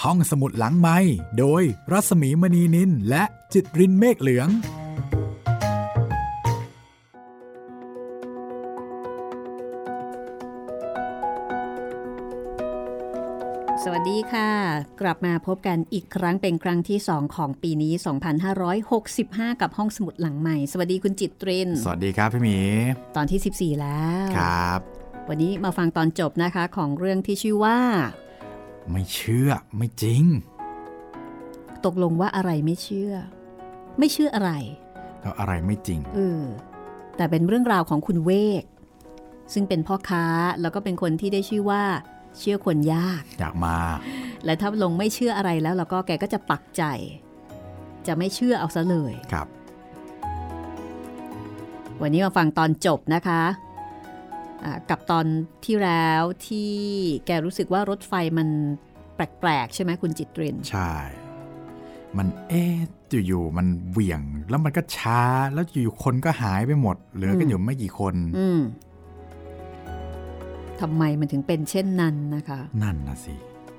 ห้องสมุดหลังไมค์โดยรัศมีมณีนินและจิตรินเมฆเหลืองสวัสดีค่ะกลับมาพบกันอีกครั้งเป็นครั้งที่2ของปีนี้2565กับห้องสมุดหลังใหม่สวัสดีคุณจิตรินสวัสดีครับพี่หมีตอนที่14แล้วครับวันนี้มาฟังตอนจบนะคะของเรื่องที่ชื่อว่าไม่เชื่อไม่จริงตกลงว่าอะไรไม่เชื่ออะไรแล้วอะไรไม่จริงแต่เป็นเรื่องราวของคุณเวกซึ่งเป็นพ่อค้าแล้วก็เป็นคนที่ได้ชื่อว่าเชื่อคนยากมากและถ้าลงไม่เชื่ออะไรแล้วก็แกก็จะปักใจจะไม่เชื่อเอาซะเลยครับวันนี้มาฟังตอนจบนะคะกับตอนที่แล้วที่แกรู้สึกว่ารถไฟมันแปลกๆใช่ไหมคุณจิตรินใช่มันอยู่ๆมันเหวี่ยงแล้วมันก็ช้าแล้วอยู่คนก็หายไปหมดเหลือกันอยู่ไม่กี่คนทำไมมันถึงเป็นเช่นนั้นนะคะนั่นนะสิ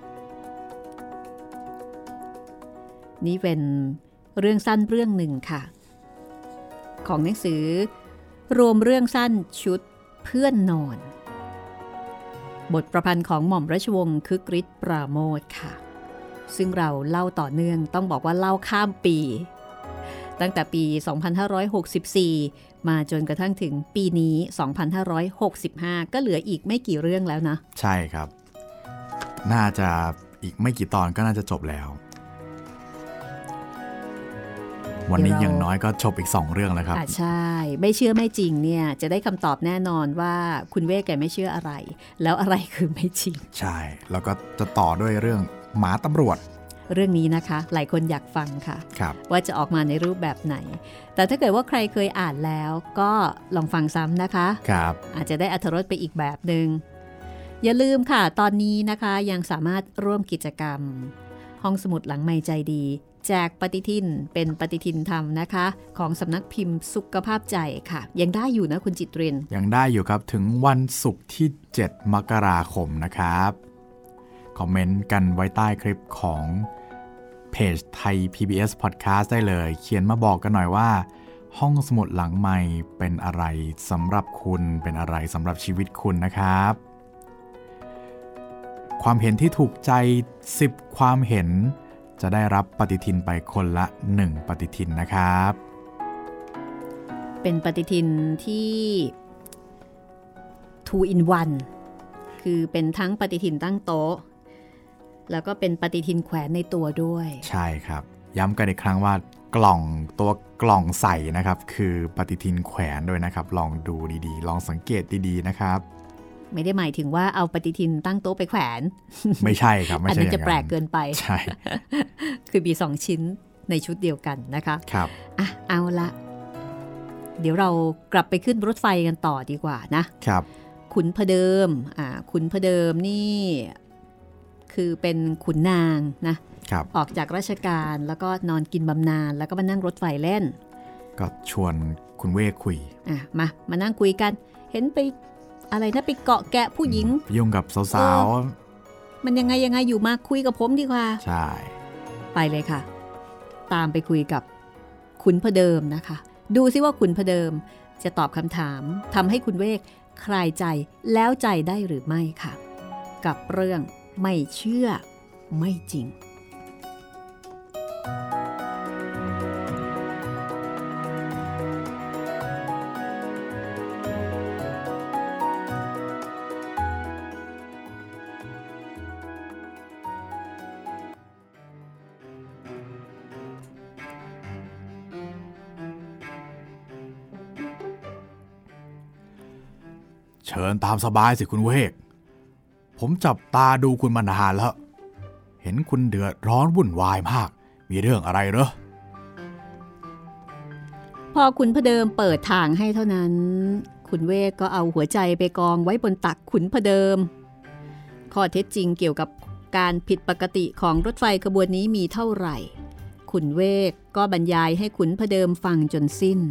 นี่เป็นเรื่องสั้นเรื่องหนึ่งค่ะของหนังสือรวมเรื่องสั้นชุดเพื่อนนอนบทประพันธ์ของหม่อมราชวงศ์คึกฤทธิ์ปราโมทค่ะซึ่งเราเล่าต่อเนื่องต้องบอกว่าเล่าข้ามปีตั้งแต่ปี 2564 มาจนกระทั่งถึงปีนี้ 2565 ก็เหลืออีกไม่กี่เรื่องแล้วนะใช่ครับน่าจะอีกไม่กี่ตอนก็น่าจะจบแล้ววันนี้อย่างน้อยก็จบอีก2เรื่องแล้วครับใช่ไม่เชื่อไม่จริงเนี่ยจะได้คำตอบแน่นอนว่าคุณเวกแกไม่เชื่ออะไรแล้วอะไรคือไม่จริงใช่แล้วก็จะต่อด้วยเรื่องหมาตำรวจเรื่องนี้นะคะหลายคนอยากฟังค่ะว่าจะออกมาในรูปแบบไหนแต่ถ้าเกิดว่าใครเคยอ่านแล้วก็ลองฟังซ้ำนะคะอาจจะได้อรรถรสไปอีกแบบนึงอย่าลืมค่ะตอนนี้นะคะยังสามารถร่วมกิจกรรมห้องสมุดหลังไมค์ใจดีแจกปฏิทินเป็นปฏิทินธรรมนะคะของสำนักพิมพ์สุขภาพใจค่ะยังได้อยู่นะคุณจิตรินยังได้อยู่ครับถึงวันศุกร์ที่7 มกราคมนะครับคอมเมนต์กันไว้ใต้คลิปของเพจไทย PBS Podcast ได้เลยเขียนมาบอกกันหน่อยว่าห้องสมุดหลังไมค์เป็นอะไรสำหรับคุณเป็นอะไรสำหรับชีวิตคุณนะครับความเห็นที่ถูกใจ10ความเห็นจะได้รับปฏิทินไปคนละ1ปฏิทินนะครับเป็นปฏิทินที่ 2 in 1คือเป็นทั้งปฏิทินตั้งโต๊ะแล้วก็เป็นปฏิทินแขวนในตัวด้วยใช่ครับย้ำกันอีกครั้งว่ากล่องตัวกล่องใส่นะครับคือปฏิทินแขวนด้วยนะครับลองดูดีๆลองสังเกตดีๆนะครับไม่ได้หมายถึงว่าเอาปฏิทินตั้งโต๊ะไปแขวนไม่ใช่ครับไม่ใช่อย่างนั้นอันนี้จะแปลกเกินไปใช่คือมี2ชิ้นในชุดเดียวกันนะคะครับเอาละเดี๋ยวเรากลับไปขึ้นรถไฟกันต่อดีกว่านะครับขุนพเดิมขุนพเดิมนี่คือเป็นขุนนางนะออกจากราชการแล้วก็นอนกินบำนาญแล้วก็มานั่งรถไฟเล่นก็ชวนคุณเวกคุยมานั่งคุยกันเห็นไปอะไรนะไปเกาะแกะผู้หญิงยุ่งกับสาวๆมันยังไงอยู่มาคุยกับผมดีกว่าใช่ไปเลยค่ะตามไปคุยกับขุนพเดิมนะคะดูซิว่าขุนพเดิมจะตอบคำถามทำให้คุณเวกคลายใจแล้วใจได้หรือไม่ค่ะกับเรื่องไม่เชื่อไม่จริงเชิญตามสบายสิคุณเวกผมจับตาดูคุณมานานแล้วเห็นคุณเดือดร้อนวุ่นวายมากมีเรื่องอะไรเหรอพอขุนพเดิมเปิดทางให้เท่านั้นคุณเวกก็เอาหัวใจไปกองไว้บนตักขุนพเดิมข้อเท็จจริงเกี่ยวกับการผิดปกติของรถไฟขบวนนี้มีเท่าไหร่ขุนเวกก็บรรยายให้ขุนพเดิมฟังจนสิ้น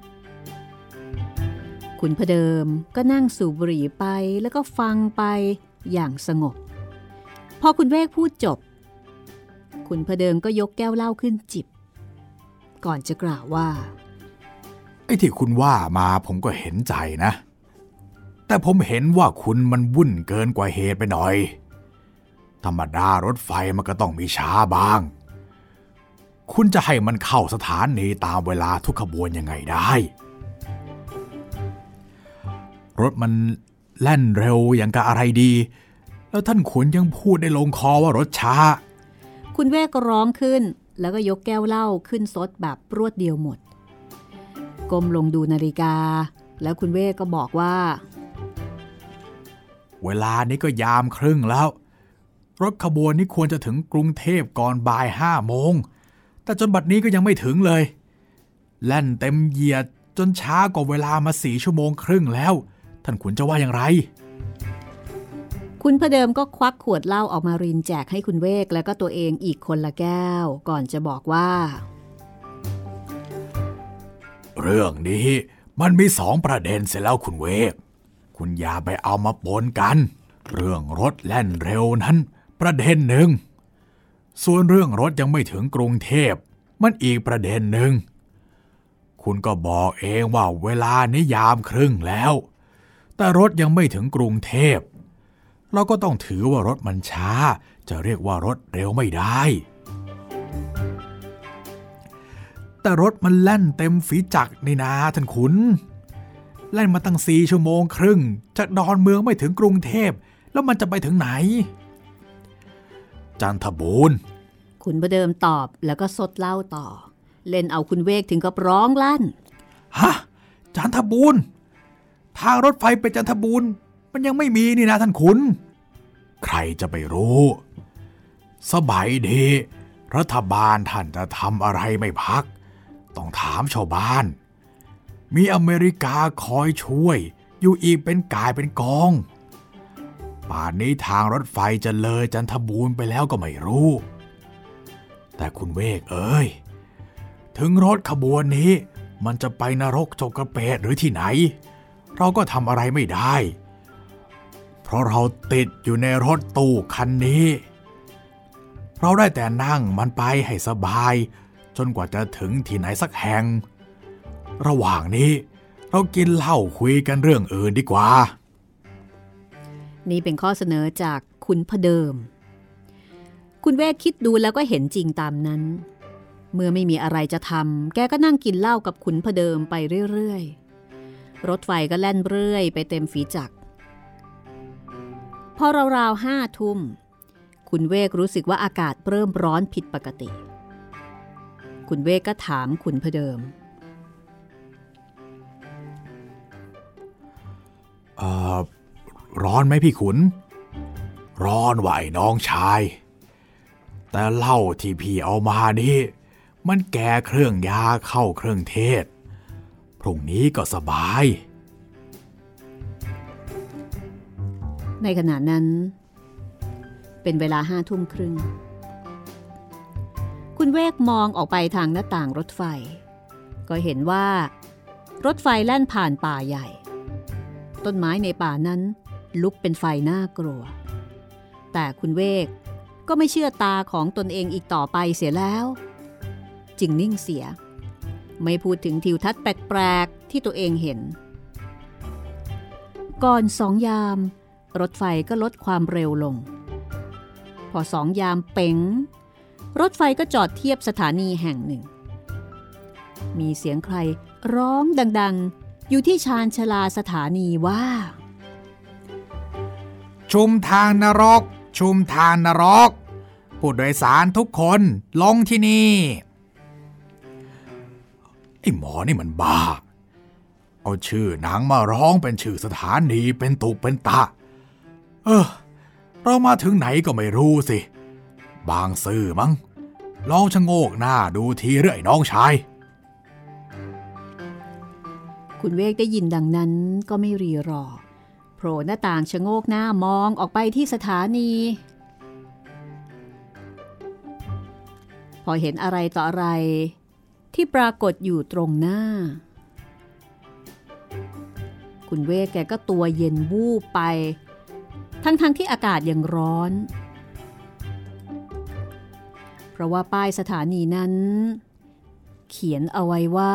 ขุนพเดิมก็นั่งสูบบุหรี่ไปแล้วก็ฟังไปอย่างสงบพอคุณเวกพูดจบคุณพเดิมก็ยกแก้วเหล้าขึ้นจิบก่อนจะกล่าวว่าไอ้ที่คุณว่ามาผมก็เห็นใจนะแต่ผมเห็นว่าคุณมันวุ่นเกินกว่าเหตุไปหน่อยธรรมดารถไฟมันก็ต้องมีช้าบ้างคุณจะให้มันเข้าสถานีตามเวลาทุกขบวนยังไงได้รถมันแล่นเร็วอย่างกับอะไรดีแล้วท่านขุนยังพูดได้ลงคอว่ารถช้าคุณเวกก็ร้องขึ้นแล้วก็ยกแก้วเหล้าขึ้นซดแบบรวดเดียวหมดก้มลงดูนาฬิกาแล้วคุณเวกก็บอกว่าเวลานี้ก็ยามครึ่งแล้วรถขบวนนี้ควรจะถึงกรุงเทพก่อนบ่าย5 โมงแต่จนบัดนี้ก็ยังไม่ถึงเลยแล่นเต็มเหยียดจนช้ากว่าเวลามา4 ชั่วโมงครึ่งแล้วท่านขุนจะว่าอย่างไรคุณพเดิมก็ควักขวดเหล้าออกมารินแจกให้คุณเวกแล้วก็ตัวเองอีกคนละแก้วก่อนจะบอกว่าเรื่องนี้มันมี2 ประเด็นเสียแล้วคุณเวกคุณอย่าไปเอามาปนกันเรื่องรถแล่นเร็วนั้นประเด็นหนึ่งส่วนเรื่องรถยังไม่ถึงกรุงเทพมันอีกประเด็นหนึ่งคุณก็บอกเองว่าเวลานี้ยามครึ่งแล้วแต่รถยังไม่ถึงกรุงเทพเราก็ต้องถือว่ารถมันช้าจะเรียกว่ารถเร็วไม่ได้แต่รถมันแล่นเต็มฝีจักรนี่นาท่านขุนแล่นมาตั้ง4 ชั่วโมงครึ่งจากดอนเมืองไม่ถึงกรุงเทพแล้วมันจะไปถึงไหนจันทบูรณ์คุณพเดิมตอบแล้วก็ซดเหล้าต่อเล่นเอาคุณเวกถึงกับร้องลั่นฮะจันทบูรณ์ทางรถไฟไปจันทบูรณ์มันยังไม่มีนี่นะท่านขุนใครจะไปรู้สบายดีรัฐบาลท่านจะทำอะไรไม่พักต้องถามชาวบ้านมีอเมริกาคอยช่วยอยู่อีกเป็นกายเป็นกองป่านนี้ทางรถไฟจะเลยจันทบูรณ์ไปแล้วก็ไม่รู้แต่คุณเวกเอ้ยถึงรถขบวนนี้มันจะไปนรกจกกระเปดหรือที่ไหนเราก็ทำอะไรไม่ได้เพราะเราติดอยู่ในรถตู้คันนี้เราได้แต่นั่งมันไปให้สบายจนกว่าจะถึงที่ไหนสักแห่งระหว่างนี้เรากินเหล้าคุยกันเรื่องอื่นดีกว่านี่เป็นข้อเสนอจากคุณพเดิมคุณเวกคิดดูแล้วก็เห็นจริงตามนั้นเมื่อไม่มีอะไรจะทำแกก็นั่งกินเหล้ากับขุนพเดิมไปเรื่อยๆรถไฟก็แล่นเรื่อยไปเต็มฝีจักรพอราวๆ5 ทุ่มคุณเวกรู้สึกว่าอากาศเริ่มร้อนผิดปกติคุณเวกก็ถามขุนพเดิมร้อนไหมพี่ขุนร้อนไหวน้องชายแต่เหล้าที่พี่เอามานี่มันแก่เครื่องยาเข้าเครื่องเทศพรุ่งนี้ก็สบายในขณะนั้นเป็นเวลา5 ทุ่มครึ่งคุณเวกมองออกไปทางหน้าต่างรถไฟก็เห็นว่ารถไฟแล่นผ่านป่าใหญ่ต้นไม้ในป่านั้นลุกเป็นไฟน่ากลัวแต่คุณเวกก็ไม่เชื่อตาของตนเองอีกต่อไปเสียแล้วจึงนิ่งเสียไม่พูดถึงทิวทัศน์แปลกๆที่ตัวเองเห็นก่อน2 ยามรถไฟก็ลดความเร็วลงพอ2 ยามเป๋งรถไฟก็จอดเทียบสถานีแห่งหนึ่งมีเสียงใครร้องดังๆอยู่ที่ชานชลาสถานีว่าชุมทางนรกชุมทางนรกผู้โดยสารทุกคนลงที่นี่ไอ้หมอนี่มันบ้าเอาชื่อหนังมาร้องเป็นชื่อสถานีเป็นตุเป็นตะเรามาถึงไหนก็ไม่รู้สิบางซื่อมั้งลองชะโงกหน้าดูทีเรื่อยน้องชายคุณเวกได้ยินดังนั้นก็ไม่รีรอโผล่หน้าต่างชะโงกหน้ามองออกไปที่สถานีพอเห็นอะไรต่ออะไรที่ปรากฏอยู่ตรงหน้าคุณเวกแกก็ตัวเย็นวูบไปทั้งที่อากาศยังร้อนราะว่าป้ายสถานีนั้นเขียนเอาไว้ว่า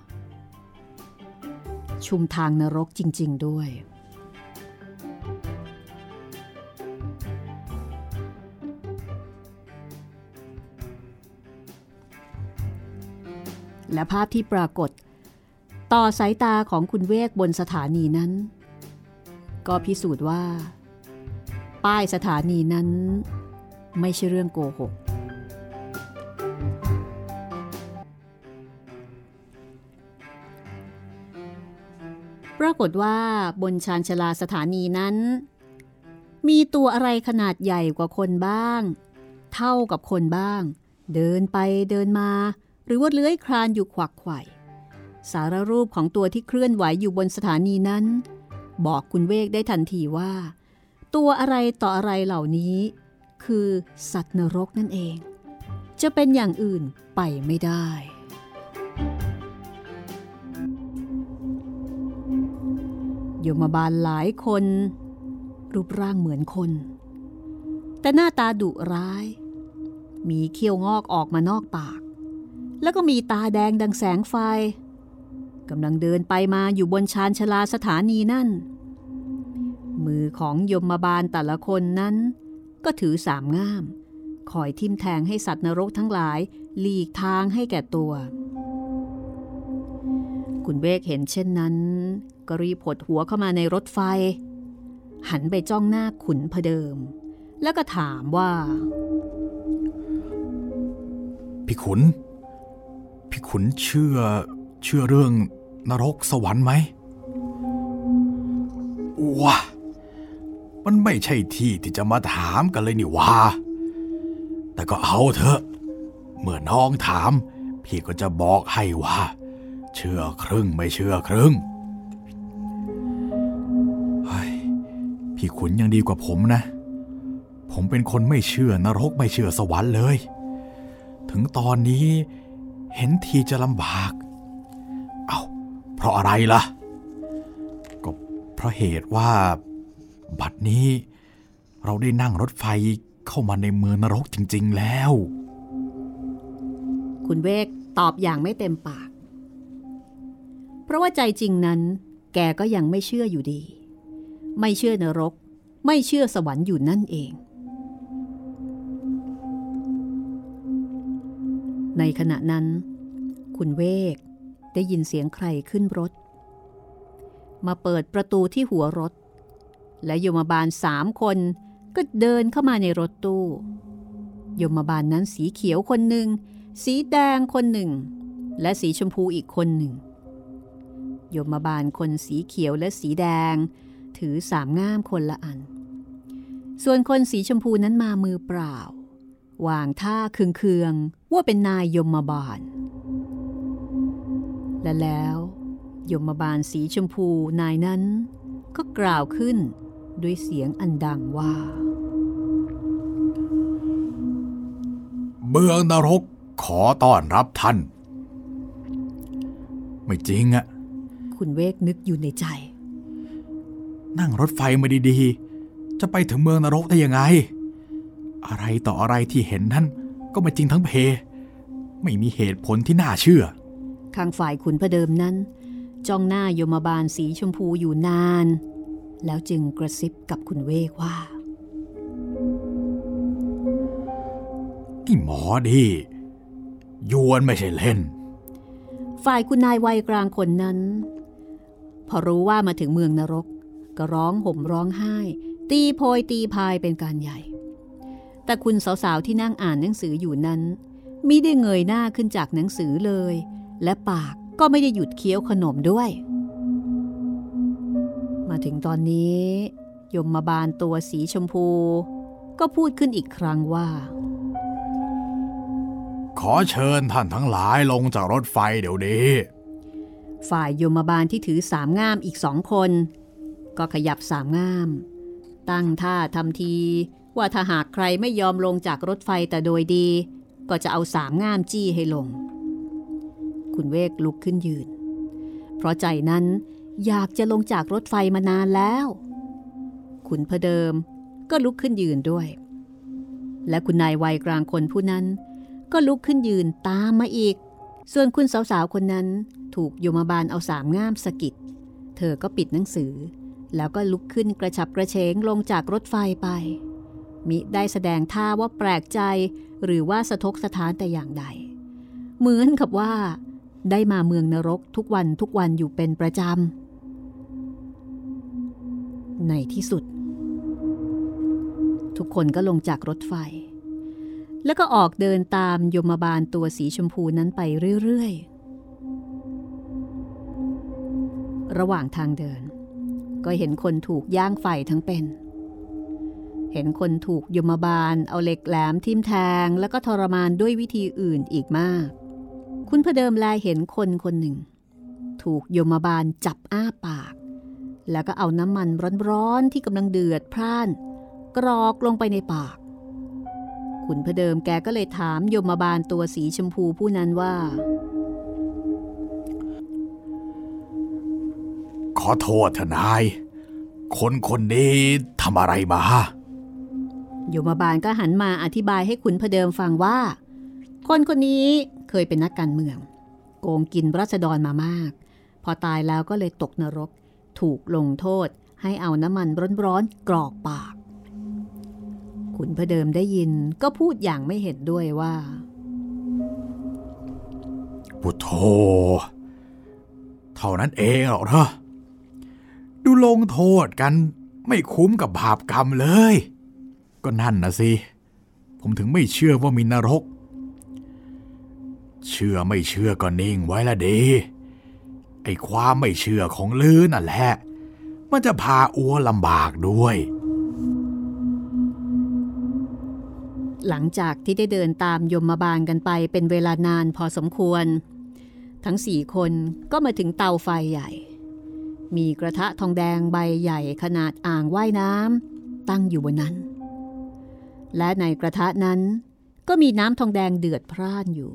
ชุมทางนรกจริงๆด้วยและภาพที่ปรากฏต่อสายตาของคุณเวกบนสถานีนั้นก็พิสูจน์ว่าป้ายสถานีนั้นไม่ใช่เรื่องโกหกปรากฏว่าบนชานชาลาสถานีนั้นมีตัวอะไรขนาดใหญ่กว่าคนบ้างเท่ากับคนบ้างเดินไปเดินมาหรือว่าเลื้อยคลานอยู่ขวักไขว่สารรูปของตัวที่เคลื่อนไหวอยู่บนสถานีนั้นบอกคุณเวกได้ทันทีว่าตัวอะไรต่ออะไรเหล่านี้คือสัตว์นรกนั่นเองจะเป็นอย่างอื่นไปไม่ได้โยมบาลหลายคนรูปร่างเหมือนคนแต่หน้าตาดุร้ายมีเขี้ยวงอกออกมานอกปากแล้วก็มีตาแดงดังแสงไฟกำลังเดินไปมาอยู่บนชานชาลาสถานีนั่นมือของยมบาลแต่ละคนนั้นก็ถือสามง่ามคอยทิ่มแทงให้สัตว์นรกทั้งหลายหลีกทางให้แก่ตัวคุณเวกเห็นเช่นนั้นก็รีบหดหัวเข้ามาในรถไฟหันไปจ้องหน้าขุนพเดิมแล้วก็ถามว่าพี่ขุนเชื่อเรื่องนรกสวรรค์ไหมว้ามันไม่ใช่ที่ที่จะมาถามกันเลยนี่วะแต่ก็เอาเถอะเมื่อน้องถามพี่ก็จะบอกให้ว่าเชื่อครึ่งไม่เชื่อครึ่งพี่ขุนยังดีกว่าผมนะผมเป็นคนไม่เชื่อนรกไม่เชื่อสวรรค์เลยถึงตอนนี้เห็นทีจะลำบากเพราะอะไรล่ะก็เพราะเหตุว่าบัดนี้เราได้นั่งรถไฟเข้ามาในเมืองนรกจริงๆแล้วคุณเวกตอบอย่างไม่เต็มปากเพราะว่าใจจริงนั้นแกก็ยังไม่เชื่ออยู่ดีไม่เชื่อนรกไม่เชื่อสวรรค์อยู่นั่นเองในขณะนั้นคุณเวกได้ยินเสียงใครขึ้นรถมาเปิดประตูที่หัวรถและยมบาล3 คนก็เดินเข้ามาในรถตู้ยมบาลนั้นสีเขียวคนหนึ่งสีแดงคนหนึ่งและสีชมพูอีกคนหนึ่งยมบาลคนสีเขียวและสีแดงถือ3 ง่ามคนละอันส่วนคนสีชมพูนั้นมามือเปล่าวางท่าเคืองๆว่าเป็นนายยมบาลและแล้วยมบาลสีชมพูนายนั้นก็กล่าวขึ้นด้วยเสียงอันดังว่าเมืองนรกขอต้อนรับท่านไม่จริงอะคุณเวกนึกอยู่ในใจนั่งรถไฟมาดีๆจะไปถึงเมืองนรกได้ยังไงอะไรต่ออะไรที่เห็นนั้นก็ไม่จริงทั้งเพไม่มีเหตุผลที่น่าเชื่อข้างฝ่ายขุนพเดิมนั้นจ้องหน้ายมบาลสีชมพูอยู่นานแล้วจึงกระซิบกับคุณเวกว่านี่หมอดียวนไม่ใช่เล่นฝ่ายคุณนายวัยกลางคนนั้นพอรู้ว่ามาถึงเมืองนรกก็ร้องห่มร้องไห้ตีโพยตีพายเป็นการใหญ่แต่คุณสาวๆที่นั่งอ่านหนังสืออยู่นั้นมิได้เงยหน้าขึ้นจากหนังสือเลยและปากก็ไม่ได้หยุดเคี้ยวขนมด้วยมาถึงตอนนี้ยมบาลตัวสีชมพูก็พูดขึ้นอีกครั้งว่าขอเชิญท่านทั้งหลายลงจากรถไฟเดี๋ยวนี้ฝ่ายยมบาลที่ถือ3 ง่ามอีก2 คนก็ขยับ3 ง่ามตั้งท่าทำทีว่าถ้าหากใครไม่ยอมลงจากรถไฟแต่โดยดีก็จะเอา3 ง่ามจี้ให้ลงคุณเวกลุกขึ้นยืนเพราะใจนั้นอยากจะลงจากรถไฟมานานแล้วขุนพเดิมก็ลุกขึ้นยืนด้วยและคุณนายวัยกลางคนผู้นั้นก็ลุกขึ้นยืนตามมาอีกส่วนคุณสาวๆคนนั้นถูกโยมบาลเอาสามง่ามสะกิดเธอก็ปิดหนังสือแล้วก็ลุกขึ้นกระฉับกระเฉงลงจากรถไฟไปมิได้แสดงท่าว่าแปลกใจหรือว่าสะทกสะท้านแต่อย่างใดเหมือนกับว่าได้มาเมืองนรกทุกวันอยู่เป็นประจำในที่สุดทุกคนก็ลงจากรถไฟแล้วก็ออกเดินตามยมบาลตัวสีชมพูนั้นไปเรื่อยๆระหว่างทางเดินก็เห็นคนถูกย่างไฟทั้งเป็นเห็นคนถูกยมบาลเอาเหล็กแหลมทิ่มแทงแล้วก็ทรมานด้วยวิธีอื่นอีกมากคุณพเดิมแลเห็นคนคนหนึ่งถูกยมบาลจับอ้าปากแล้วก็เอาน้ำมันร้อนๆที่กำลังเดือดพร่านกรอกลงไปในปากคุณพเดิมแกก็เลยถามยมบาลตัวสีชมพูผู้นั้นว่าขอโทษทนายคนนี้ทำอะไรมายมบาลก็หันมาอธิบายให้คุณพเดิมฟังว่าคนนี้เคยเป็นนักการเมืองโกงกินราษฎรมามากพอตายแล้วก็เลยตกนรกถูกลงโทษให้เอาน้ำมันร้อนๆกรอกปากคุณพเดิมได้ยินก็พูดอย่างไม่เห็นด้วยว่าพุทโธเท่านั้นเองหรอกนะดูลงโทษกันไม่คุ้มกับบาปกรรมเลยก็นั่นนะสิผมถึงไม่เชื่อว่ามีนรกเชื่อไม่เชื่อก็นิ่งไว้ละดีไอ้ความไม่เชื่อของลือนั่นแหละมันจะพาอัวลำบากด้วยหลังจากที่ได้เดินตามยมบาลกันไปเป็นเวลานานพอสมควรทั้ง4 คนก็มาถึงเตาไฟใหญ่มีกระทะทองแดงใบใหญ่ขนาดอ่างว่ายน้ำตั้งอยู่บนนั้นและในกระทะนั้นก็มีน้ำทองแดงเดือดพร่านอยู่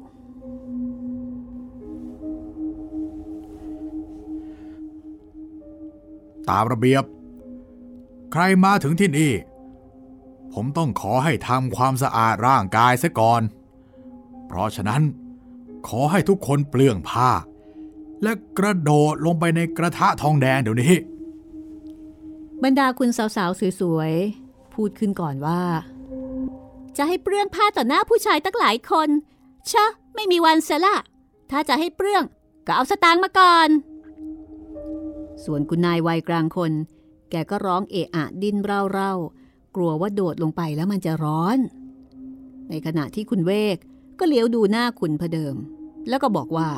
ตามระเบียบใครมาถึงที่นี่ผมต้องขอให้ทำความสะอาดร่างกายซะก่อนเพราะฉะนั้นขอให้ทุกคนเปลื้องผ้าและกระโดดลงไปในกระทะทองแดงเดี๋ยวนี้บรรดาคุณสาวๆสวยๆพูดขึ้นก่อนว่าจะให้เปลื้องผ้าต่อหน้าผู้ชายตั้งหลายคนชะไม่มีวันเสียละถ้าจะให้เปลื้องก็เอาสตางค์มาก่อนส่วนคุณนายวัยกลางคนแกก็ร้องเอะอะดิ้นเร่าๆกลัวว่าโดดลงไปแล้วมันจะร้อนในขณะที่คุณเวกก็เลี้ยวดูหน้าคุณพเดิมแล้วก็บอกว่า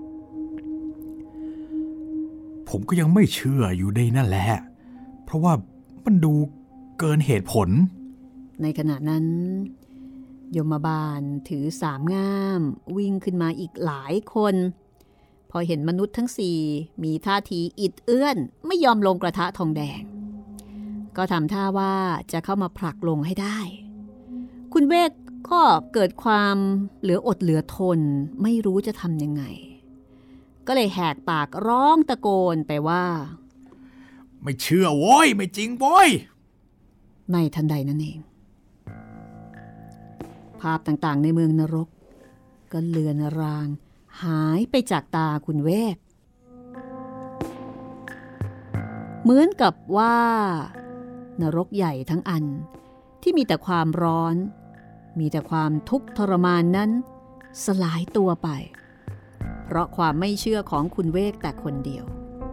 ผมก็ยังไม่เชื่ออยู่ในนั่นแหละเพราะว่ามันดูเกินเหตุผลในขณะนั้นยมบาลถือสามง่ามวิ่งขึ้นมาอีกหลายคนพอเห็นมนุษย์ทั้ง4มีท่าทีอิดเอื้อนไม่ยอมลงกระทะทองแดงก็ทำท่าว่าจะเข้ามาผลักลงให้ได้คุณเวกก็เกิดความเหลืออดเหลือทนไม่รู้จะทำยังไงก็เลยแหกปากร้องตะโกนไปว่าไม่เชื่อโว้ยไม่จริงโว้ยในทันใดนั่นเองภาพต่างๆในเมืองนรกก็เลือนรางหายไปจากตาคุณเวกเหมือนกับว่านรกใหญ่ทั้งอันที่มีแต่ความร้อนมีแต่ความทุกข์ทรมานนั้นสลายตัวไปเพราะความไม่เชื่อของคุณเวกแต่คนเดียว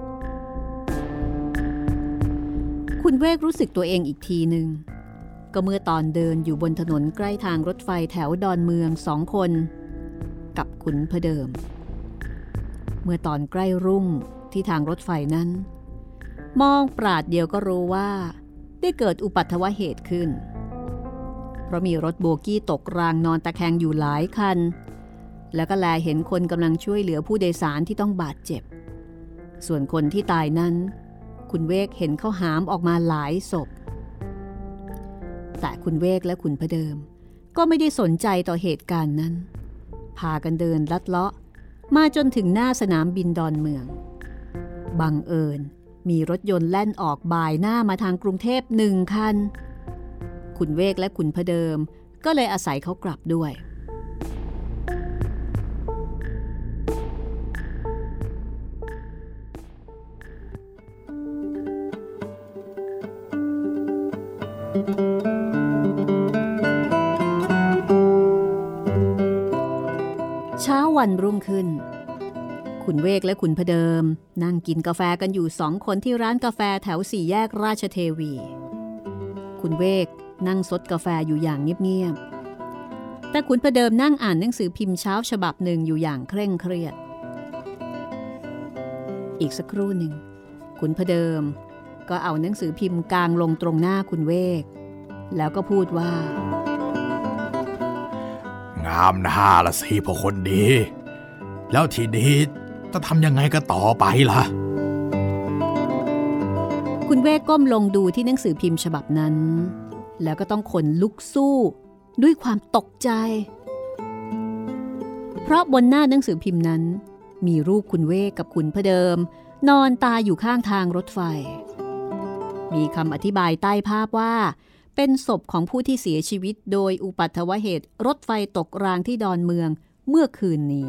คุณเวกรู้สึกตัวเองอีกทีหนึ่งก็เมื่อตอนเดินอยู่บนถนนใกล้ทางรถไฟแถวดอนเมือง2 คนกับขุนพเดิมเมื่อตอนใกล้รุ่งที่ทางรถไฟนั้นมองปราดเดียวก็รู้ว่าได้เกิดอุบัติเหตุขึ้นเพราะมีรถโบกี้ตกรางนอนตะแคงอยู่หลายคันแล้วก็แลเห็นคนกำลังช่วยเหลือผู้โดยสารที่ต้องบาดเจ็บส่วนคนที่ตายนั้นคุณเวกเห็นเขาหามออกมาหลายศพแต่คุณเวกและขุนพเดิมก็ไม่ได้สนใจต่อเหตุการณ์นั้นพากันเดินลัดเลาะมาจนถึงหน้าสนามบินดอนเมืองบังเอิญมีรถยนต์แล่นออกบ่ายหน้ามาทางกรุงเทพ1 คันคุณเวกและขุนพเดิมก็เลยอาศัยเขากลับด้วยวันรุ่งขึ้นคุณเวกและคุณพเดิมนั่งกินกาแฟกันอยู่2 คนที่ร้านกาแฟแถว4 แยกราชเทวีคุณเวกนั่งซดกาแฟอยู่อย่างเงียบๆแต่คุณพเดิมนั่งอ่านหนังสือพิมพ์เช้าฉบับหนึ่งอยู่อย่างเคร่งเครียดอีกสักครู่หนึ่งคุณพเดิมก็เอาหนังสือพิมพ์กางลงตรงหน้าคุณเวกแล้วก็พูดว่างามหน้าละสิพ่อคนดีแล้วทีนี้จะทำยังไงกันต่อไปล่ะคุณเวกก้มลงดูที่หนังสือพิมพ์ฉบับนั้นแล้วก็ต้องขนลุกสู้ด้วยความตกใจเพราะบนหน้าหนังสือพิมพ์นั้นมีรูปคุณเวกกับคุณพเดิมนอนตายอยู่ข้างทางรถไฟมีคำอธิบายใต้ภาพว่าเป็นศพของผู้ที่เสียชีวิตโดยอุบัติเหตุรถไฟตกรางที่ดอนเมืองเมื่อคืนนี้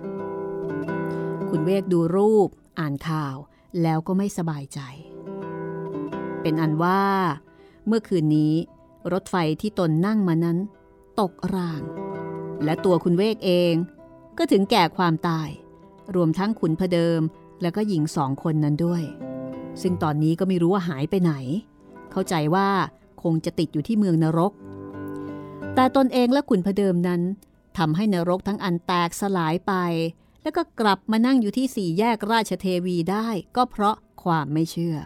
คุณเวกดูรูปอ่านข่าวแล้วก็ไม่สบายใจเป็นอันว่าเมื่อคืนนี้รถไฟที่ตนนั่งมานั้นตกรางและตัวคุณเวกเองก็ถึงแก่ความตายรวมทั้งขุนพเดิมและก็หญิง2 คนนั้นด้วยซึ่งตอนนี้ก็ไม่รู้ว่าหายไปไหนเข้าใจว่าคงจะติดอยู่ที่เมืองนรกแต่ตนเองและขุนพเดิมนั้นทำให้นรกทั้งอันแตกสลายไปแล้วก็กลับมานั่งอยู่ที่4 แยกราชเทวีได้ก็เพราะความไม่เชื่อ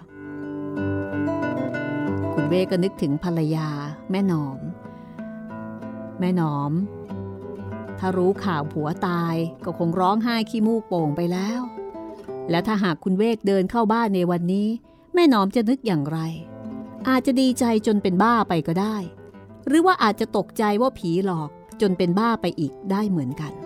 คุณเวกก็นึกถึงภรรยาแม่หนอมถ้ารู้ข่าวผัวตายก็คงร้องไห้ขี้มูกโป่งไปแล้วและถ้าหากคุณเวกเดินเข้าบ้านในวันนี้แม่หนอมจะนึกอย่างไรอาจจะดีใจจนเป็นบ้าไปก็ได้หรือว่าอาจจะตกใจว่าผีหลอกจนเป็นบ้าไปอีกได้เหมือนกัน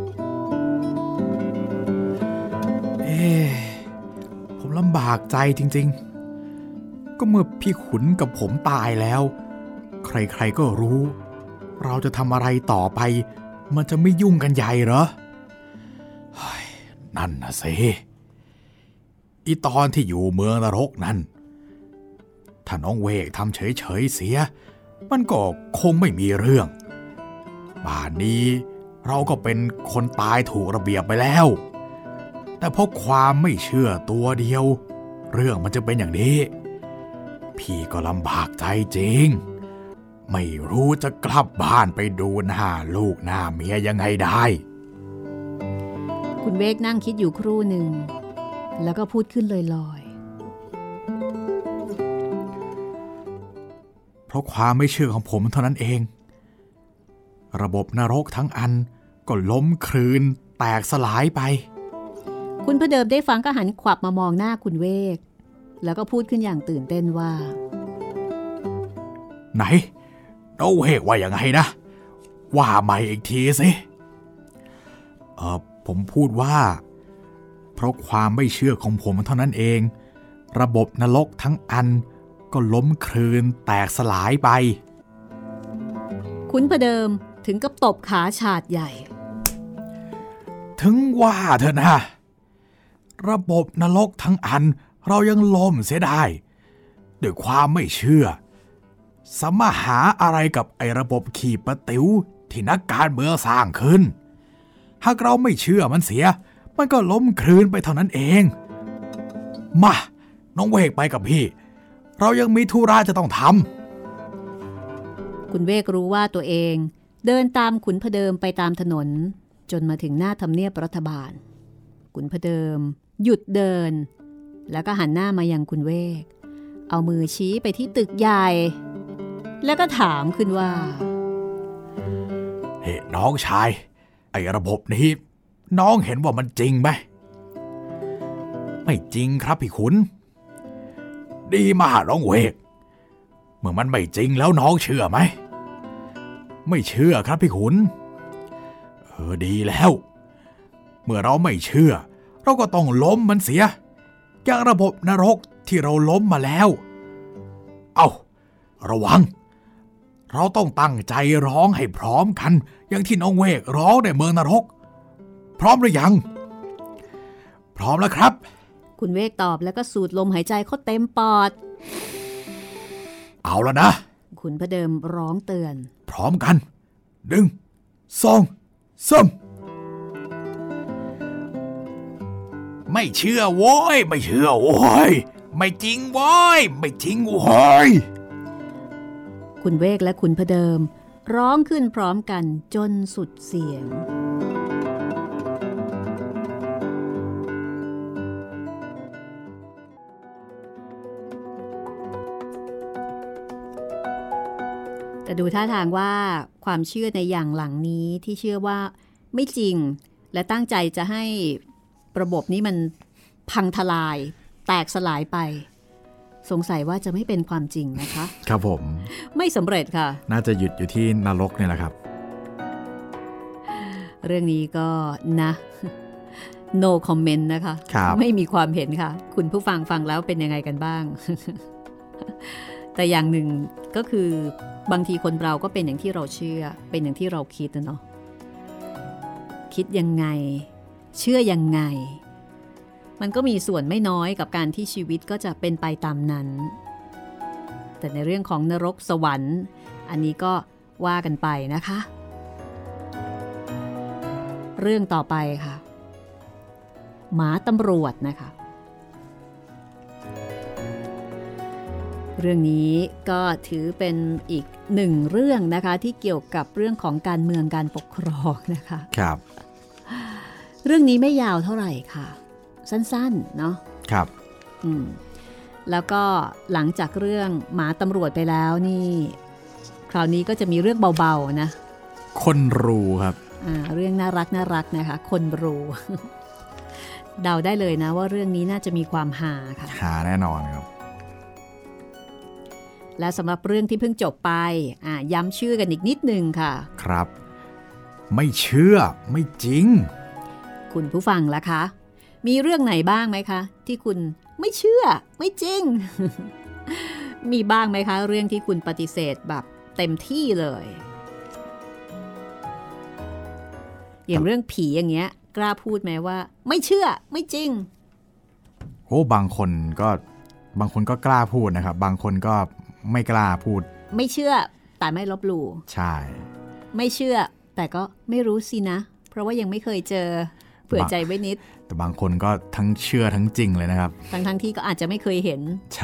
ผมลำบากใจจริงๆก็เมื่อพี่ขุนกับผมตายแล้วใครๆก็รู้เราจะทำอะไรต่อไปมันจะไม่ยุ่งกันใหญ่เหรอนั่นนะสิอีตอนที่อยู่เมืองนรกนั้นถ้าน้องเวกทำเฉยๆเสียมันก็คงไม่มีเรื่องป่านนี้เราก็เป็นคนตายถูกระเบียบไปแล้วแต่เพราะความไม่เชื่อตัวเดียวเรื่องมันจะเป็นอย่างนี้พี่ก็ลำบากใจจริงไม่รู้จะกลับบ้านไปดูหน้าลูกหน้าเมียยังไงได้คุณเวกนั่งคิดอยู่ครู่หนึ่งแล้วก็พูดขึ้นลอยเพราะความไม่เชื่อของผมเท่านั้นเองระบบนรกทั้งอันก็ล้มคลืนแตกสลายไปคุณพเดิมได้ฟังก็หันขวับมามองหน้าคุณเวกแล้วก็พูดขึ้นอย่างตื่นเต้นว่าไหนน้องเวกว่าอย่างไงนะว่าใหม่อีกทีสิผมพูดว่าเพราะความไม่เชื่อของผมเท่านั้นเองระบบนรกทั้งอันก็ล้มคลืนแตกสลายไปขุนพเดิมถึงกับตบขาฉาดใหญ่ถึงว่าเถอะนะระบบนรกทั้งอันเรายังล้มเสียได้ด้วยความไม่เชื่อสมหาอะไรกับไอ้ระบบขี่ปะติ๋วที่นักการเมืองสร้างขึ้นหากเราไม่เชื่อมันเสียมันก็ล้มคลืนไปเท่านั้นเองมาน้องเวกไปกับพี่เรายังมีธุระจะต้องทำคุณเวกรู้ว่าตัวเองเดินตามขุนพเดิมไปตามถนนจนมาถึงหน้าทำเนียบรัฐบาลขุนพเดิมหยุดเดินแล้วก็หันหน้ามายังคุณเวกเอามือชี้ไปที่ตึกใหญ่แล้วก็ถามขึ้นว่าเฮ้น้องชายไอ้ระบบนี้น้องเห็นว่ามันจริงไหมไม่จริงครับพี่ขุนดีมากน้องเวกเมื่อมันไม่จริงแล้วน้องเชื่อไหมไม่เชื่อครับพี่ขุนดีแล้วเมื่อเราไม่เชื่อเราก็ต้องล้มมันเสียอย่างระบบนรกที่เราล้มมาแล้วเอาระวังเราต้องตั้งใจร้องให้พร้อมกันอย่างที่น้องเวกร้องในเมืองนรกพร้อมหรือยังพร้อมแล้วครับคุณเวกตอบแล้วก็สูดลมหายใจเข้าเต็มปอดเอาแล้วนะขุนพเดิมร้องเตือนพร้อมกัน1 2 3 ไม่เชื่อโว้ยไม่เชื่อโว้ยไม่จริงโว้ยไม่จริงโว้ยคุณเวกและคุณพเดิมร้องขึ้นพร้อมกันจนสุดเสียงแต่ดูท่าทางว่าความเชื่อในอย่างหลังนี้ที่เชื่อว่าไม่จริงและตั้งใจจะให้ระบบนี้มันพังทลายแตกสลายไปสงสัยว่าจะไม่เป็นความจริงนะคะครับผมไม่สำเร็จค่ะน่าจะหยุดอยู่ที่นรกเนี่ยแหละครับเรื่องนี้ก็นะ no comment นะคะไม่มีความเห็นค่ะคุณผู้ฟังฟังแล้วเป็นยังไงกันบ้าง แต่อย่างหนึ่งก็คือบางทีคนเราก็เป็นอย่างที่เราเชื่อเป็นอย่างที่เราคิดนะเนาะคิดยังไงเชื่อยังไงมันก็มีส่วนไม่น้อยกับการที่ชีวิตก็จะเป็นไปตามนั้นแต่ในเรื่องของนรกสวรรค์อันนี้ก็ว่ากันไปนะคะเรื่องต่อไปค่ะหมาตำรวจนะคะเรื่องนี้ก็ถือเป็นอีกหนึ่งเรื่องนะคะที่เกี่ยวกับเรื่องของการเมืองการปกครองนะคะครับเรื่องนี้ไม่ยาวเท่าไหร่ค่ะสั้นๆเนาะครับแล้วก็หลังจากเรื่องหมาตำรวจไปแล้วนี่คราวนี้ก็จะมีเรื่องเบาๆนะคนรู้ครับเรื่องน่ารักนะคะคนรู้ เดาได้เลยนะว่าเรื่องนี้น่าจะมีความฮาค่ะฮาแน่นอนครับและสำหรับเรื่องที่เพิ่งจบไปย้ำชื่อกันอีกนิดนึงค่ะครับไม่เชื่อไม่จริงคุณผู้ฟังล่ะคะมีเรื่องไหนบ้างไหมคะที่คุณไม่เชื่อไม่จริง มีบ้างไหมคะเรื่องที่คุณปฏิเสธแบบเต็มที่เลยอย่างเรื่องผีอย่างเงี้ยกล้าพูดไหมว่าไม่เชื่อไม่จริงโอ้บางคนก็กล้าพูดนะครับบางคนก็ไม่กล้าพูดไม่เชื่อแต่ไม่ลบหลู่ใช่ไม่เชื่อแต่ก็ไม่รู้สินะเพราะว่ายังไม่เคยเจอเผื่อใจไว้นิดแต่บางคนก็ทั้งเชื่อทั้งจริงเลยนะครับทั้งที่ก็อาจจะไม่เคยเห็นใช่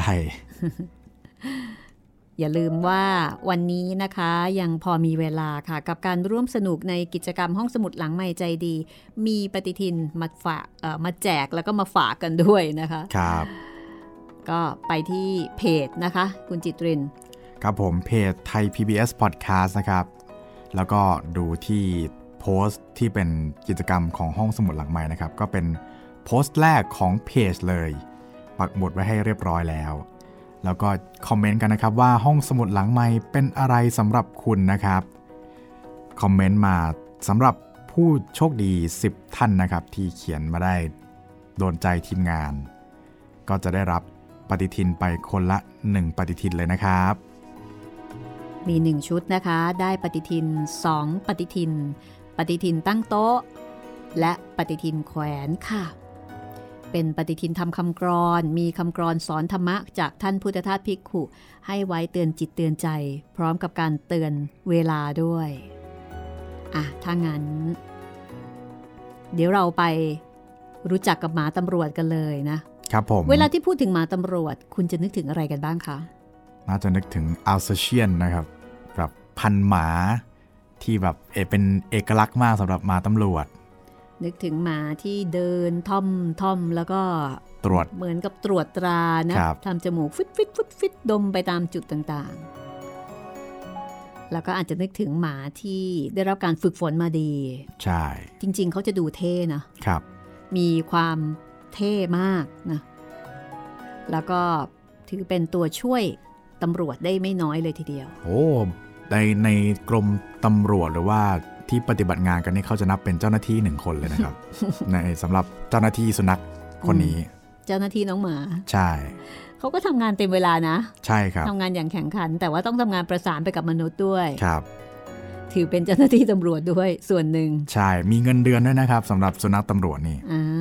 อย่าลืมว่าวันนี้นะคะยังพอมีเวลาค่ะกับการร่วมสนุกในกิจกรรมห้องสมุดหลังใหม่ใจดีมีปฏิทินมาแจกแล้วก็มาฝากกันด้วยนะคะครับก็ไปที่เพจนะคะคุณจิตรินครับผมเพจไทย PBS Podcast นะครับแล้วก็ดูที่โพสต์ที่เป็นกิจกรรมของห้องสมุดหลังใหม่นะครับก็เป็นโพสต์แรกของเพจเลยปักหมุดไว้ให้เรียบร้อยแล้วแล้วก็คอมเมนต์กันนะครับว่าห้องสมุดหลังใหม่เป็นอะไรสำหรับคุณนะครับคอมเมนต์มาสำหรับผู้โชคดี10ท่านนะครับที่เขียนมาได้โดนใจทีมงานก็จะได้รับปฏิทินไปคนละ1ปฏิทินเลยนะครับมี1ชุดนะคะได้ปฏิทิน2ปฏิทินปฏิทินตั้งโต๊ะและปฏิทินแขวนค่ะเป็นปฏิทินทำคำกรอนมีคำกรอนสอนธรรมะจากท่านพุทธทาสภิกขุให้ไว้เตือนจิตเตือนใจพร้อมกับการเตือนเวลาด้วยถ้างั้นเดี๋ยวเราไปรู้จักกับหมาตำรวจกันเลยนะครับผมเวลาที่พูดถึงหมาตำรวจคุณจะนึกถึงอะไรกันบ้างคะน่าจะนึกถึงอัลเซเชียนนะครับแบบพันหมาที่แบบเป็นเอกลักษณ์มากสำหรับหมาตำรวจนึกถึงหมาที่เดินท่อมแล้วก็ตรวจเหมือนกับตรวจตรานะทำจมูกฟิตดมไปตามจุดต่างๆแล้วก็อาจจะนึกถึงหมาที่ได้รับการฝึกฝนมาดีใช่จริงๆเขาจะดูเท่นะครับมีความเท่มากนะแล้วก็ถือเป็นตัวช่วยตำรวจได้ไม่น้อยเลยทีเดียวโอ้ในกรมตำรวจหรือว่าที่ปฏิบัติงานกันนี่เขาจะนับเป็นเจ้าหน้าที่1คนเลยนะครับ ในสำหรับเจ้าหน้าที่สุนัขคนนี้เจ้าหน้าที่น้องหมาใช่เขาก็ทำงานเต็มเวลานะใช่ครับทำงานอย่างแข่งขันแต่ว่าต้องทำงานประสานไปกับมนุษย์ด้วยครับถือเป็นเจ้าหน้าที่ตำรวจด้วยส่วนหนึ่งใช่มีเงินเดือนด้วยนะครับสำหรับสุนัขตำรวจนี่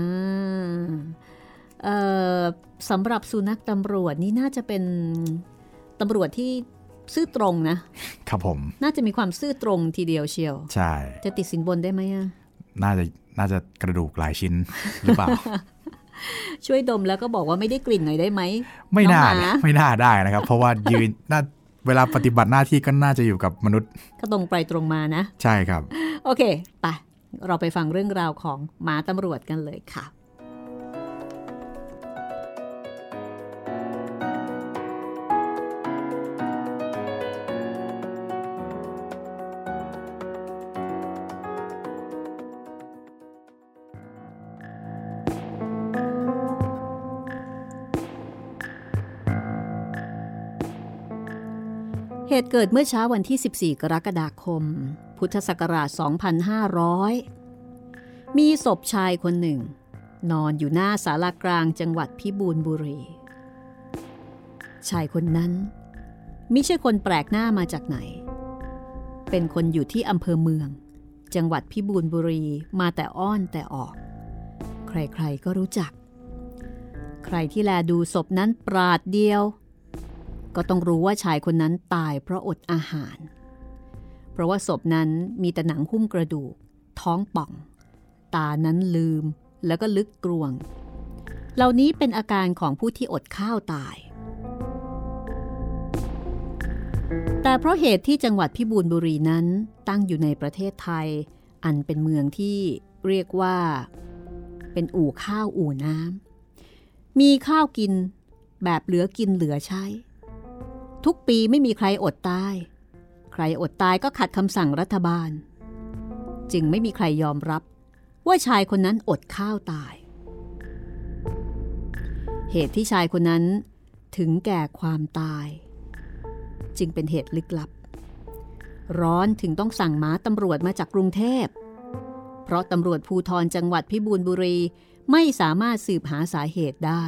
สำหรับสุนัขตำรวจนี่น่าจะเป็นตำรวจที่ซื่อตรงนะครับผมน่าจะมีความซื่อตรงทีเดียวเชียวใช่จะติดสินบนได้ไหมน่าจะกระดูกหลายชิ้นหรือเปล่าช่วยดมแล้วก็บอกว่าไม่ได้กลิ่นหน่อยได้ไหมไม่น่าได้นะครับเพราะว่ายืนเวลาปฏิบัติหน้าที่ก็น่าจะอยู่กับมนุษย์ก็ตรงไปตรงมานะใช่ครับโอเคไปเราไปฟังเรื่องราวของหมาตำรวจกันเลยค่ะเหตุเกิดเมื่อเช้าวันที่ 14 กรกฎาคม พุทธศักราช 2500 มีศพชายคนหนึ่งนอนอยู่หน้าศาลากลางจังหวัดพิบูลบุรี ชายคนนั้นมิใช่คนแปลกหน้ามาจากไหน เป็นคนอยู่ที่อำเภอเมืองจังหวัดพิบูลบุรีมาแต่อ้อนแต่ออก ใครๆก็รู้จัก ใครที่แลดูศพนั้นปราดเดียวก็ต้องรู้ว่าชายคนนั้นตายเพราะอดอาหารเพราะว่าศพนั้นมีแต่หนังหุ้มกระดูกท้องป่องตานั้นลืมแล้วก็ลึกกรวงเหล่านี้เป็นอาการของผู้ที่อดข้าวตายแต่เพราะเหตุที่จังหวัดพิบูลบุรีนั้นตั้งอยู่ในประเทศไทยอันเป็นเมืองที่เรียกว่าเป็นอู่ข้าวอู่น้ำมีข้าวกินแบบเหลือกินเหลือใช้ทุกปีไม่มีใครอดตายใครอดตายก็ขัดคำสั่งรัฐบาลจึงไม่มีใครยอมรับว่าชายคนนั้นอดข้าวตายเหตุที่ชายคนนั้นถึงแก่ความตายจึงเป็นเหตุลึกลับร้อนถึงต้องสั่งม้าตำรวจมาจากกรุงเทพเพราะตำรวจภูธรจังหวัดพิบูลบุรีไม่สามารถสืบหาสาเหตุได้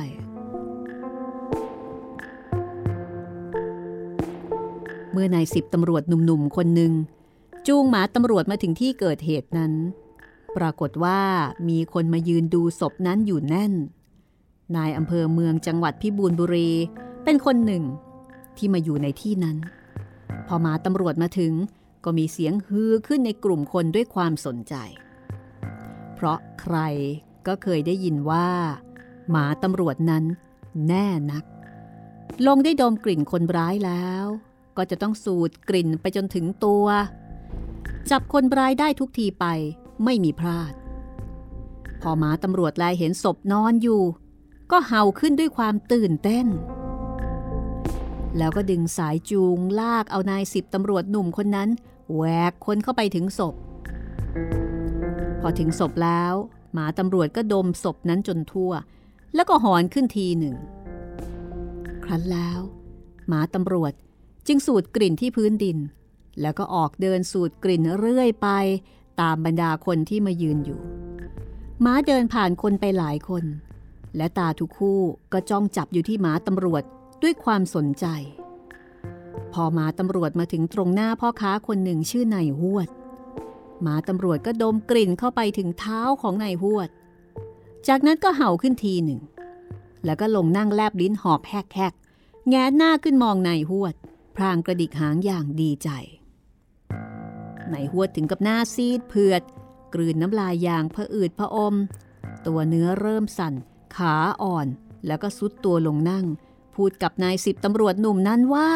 เมื่อนาย10ตำรวจหนุ่มๆคนหนึ่งจูงหมาตำรวจมาถึงที่เกิดเหตุนั้นปรากฏว่ามีคนมายืนดูศพนั้นอยู่แน่นนายอำเภอเมืองจังหวัดพิบูลบุรีเป็นคนหนึ่งที่มาอยู่ในที่นั้นพอหมาตำรวจมาถึงก็มีเสียงฮือขึ้นในกลุ่มคนด้วยความสนใจเพราะใครก็เคยได้ยินว่าหมาตำรวจนั้นแน่นักลงได้ดมกลิ่นคนร้ายแล้วก็จะต้องสูดกลิ่นไปจนถึงตัวจับคนร้ายได้ทุกทีไปไม่มีพลาดพอหมาตำรวจแลเห็นศพนอนอยู่ก็เห่าขึ้นด้วยความตื่นเต้นแล้วก็ดึงสายจูงลากเอานาย10ตำรวจหนุ่มคนนั้นแหวกคนเข้าไปถึงศพพอถึงศพแล้วหมาตำรวจก็ดมศพนั้นจนทั่วแล้วก็หอนขึ้นทีหนึ่งครั้นแล้วหมาตำรวจจึงสูดกลิ่นที่พื้นดินแล้วก็ออกเดินสูดกลิ่นเรื่อยไปตามบรรดาคนที่มายืนอยู่ม้าเดินผ่านคนไปหลายคนและตาทุกคู่ก็จ้องจับอยู่ที่หมาตำรวจด้วยความสนใจพอหมาตำรวจมาถึงตรงหน้าพ่อค้าคนหนึ่งชื่อนายฮวดหมาตำรวจก็ดมกลิ่นเข้าไปถึงเท้าของนายฮวดจากนั้นก็เห่าขึ้นทีหนึ่งแล้วก็ลงนั่งแลบลิ้นหอบแฮกๆแงนหน้าขึ้นมองนายฮวดพลางกระดิกหางอย่างดีใจนายฮวดถึงกับหน้าซีดเผือดกลืนน้ำลายอย่างผะอืดผะอมตัวเนื้อเริ่มสั่นขาอ่อนแล้วก็ซุดตัวลงนั่งพูดกับนาย10ตำรวจหนุ่มนั้นว่า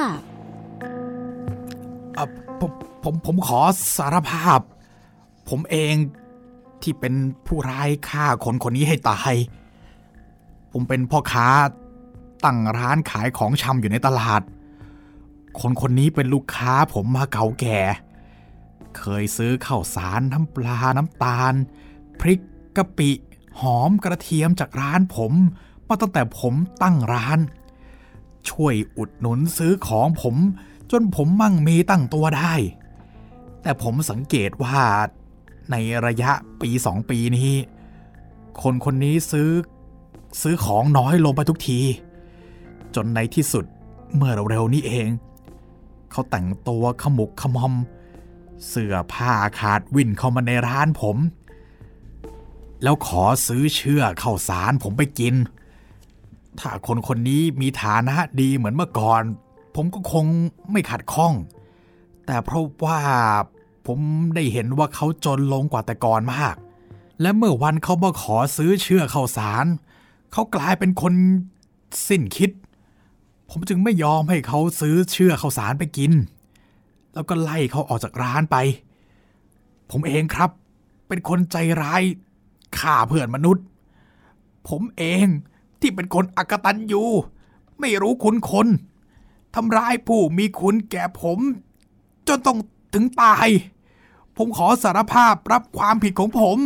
ผมขอสารภาพผมเองที่เป็นผู้ร้ายฆ่าคนนี้ให้ตายผมเป็นพ่อค้าตั้งร้านขายของชำอยู่ในตลาดคนนี้เป็นลูกค้าผมมาเก่าแก่เคยซื้อข้าวสารน้ำปลาน้ำตาลพริกกะปิหอมกระเทียมจากร้านผมมาตั้งแต่ผมตั้งร้านช่วยอุดหนุนซื้อของผมจนผมมั่งมีตั้งตัวได้แต่ผมสังเกตว่าในระยะปี2 ปีนี้คนนี้ซื้อของน้อยลงไปทุกทีจนในที่สุดเมื่อเร็วๆนี้เองเขาแต่งตัวขมุกขมอมเสื้อผ้าขาดวิ่นเข้ามาในร้านผมแล้วขอซื้อเชื่อข้าวสารผมไปกินถ้าคนนี้มีฐานะดีเหมือนเมื่อก่อนผมก็คงไม่ขัดข้องแต่เพราะว่าผมได้เห็นว่าเขาจนลงกว่าแต่ก่อนมากและเมื่อวันเขามาขอซื้อเชื่อข้าวสารเขากลายเป็นคนสิ้นคิดผมจึงไม่ยอมให้เขาซื้อเชื่อข้าวสารไปกินแล้วก็ไล่เขาออกจากร้านไปผมเองครับเป็นคนใจร้ายฆ่าเพื่อนมนุษย์ผมเองที่เป็นคนอกตัญญูไม่รู้คุณคนทำร้ายผู้มีคุณแก่ผมจนต้องถึงตายผมขอสารภาพรับความผิดของผม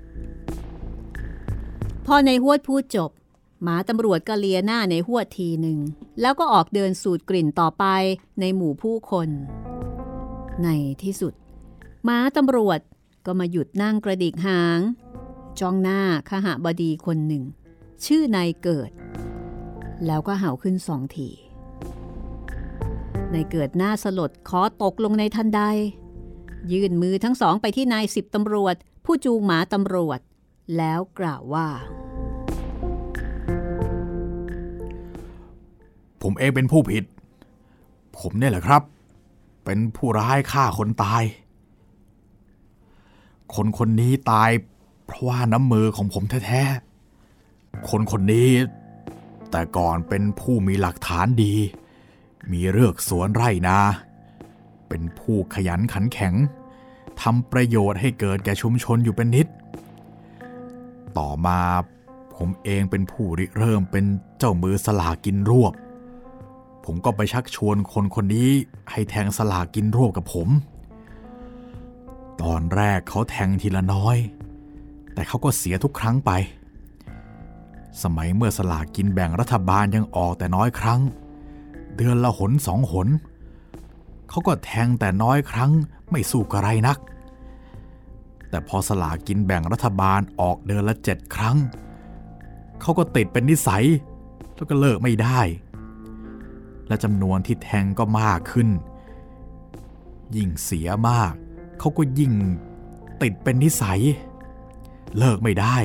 พอในฮวดพูดจบหมาตำรวจก็เลียหน้าในฮวดทีหนึ่งแล้วก็ออกเดินสูดกลิ่นต่อไปในหมู่ผู้คนในที่สุดหมาตำรวจก็มาหยุดนั่งกระดิกหางจ้องหน้าคหบดีคนหนึ่งชื่อนายเกิดแล้วก็เห่าขึ้น2 ทีนายเกิดหน้าสลดคอตกลงในทันใดยื่นมือทั้ง2ไปที่นาย10 ตำรวจผู้จูงหมาตำรวจแล้วกล่าวว่าผมเองเป็นผู้ผิดผมเนี่ยแหละครับเป็นผู้ร้ายฆ่าคนตายคนนี้ตายเพราะว่าน้ำมือของผมแท้ๆคนนี้แต่ก่อนเป็นผู้มีหลักฐานดีมีเรือกสวนไร่นาเป็นผู้ขยันขันแข็งทำประโยชน์ให้เกิดแก่ชุมชนอยู่เป็นนิดต่อมาผมเองเป็นผู้ริเริ่มเป็นเจ้ามือสลากกินรวบผมก็ไปชักชวนคนนี้ให้แทงสลากกินรวบกับผมตอนแรกเขาแทงทีละน้อยแต่เขาก็เสียทุกครั้งไปสมัยเมื่อสลากกินแบ่งรัฐบาลยังออกแต่น้อยครั้งเดือนละหน2 หนเขาก็แทงแต่น้อยครั้งไม่สู้กระไรนักแต่พอสลากกินแบ่งรัฐบาลออกเดือนละ7 ครั้งเขาก็ติดเป็นนิสัยแล้วก็เลิกไม่ได้และจำนวนที่แทงก็มากขึ้นยิ่งเสียมากเขาก็ยิ่งติดเป็นนิสัยเลิกไม่ได้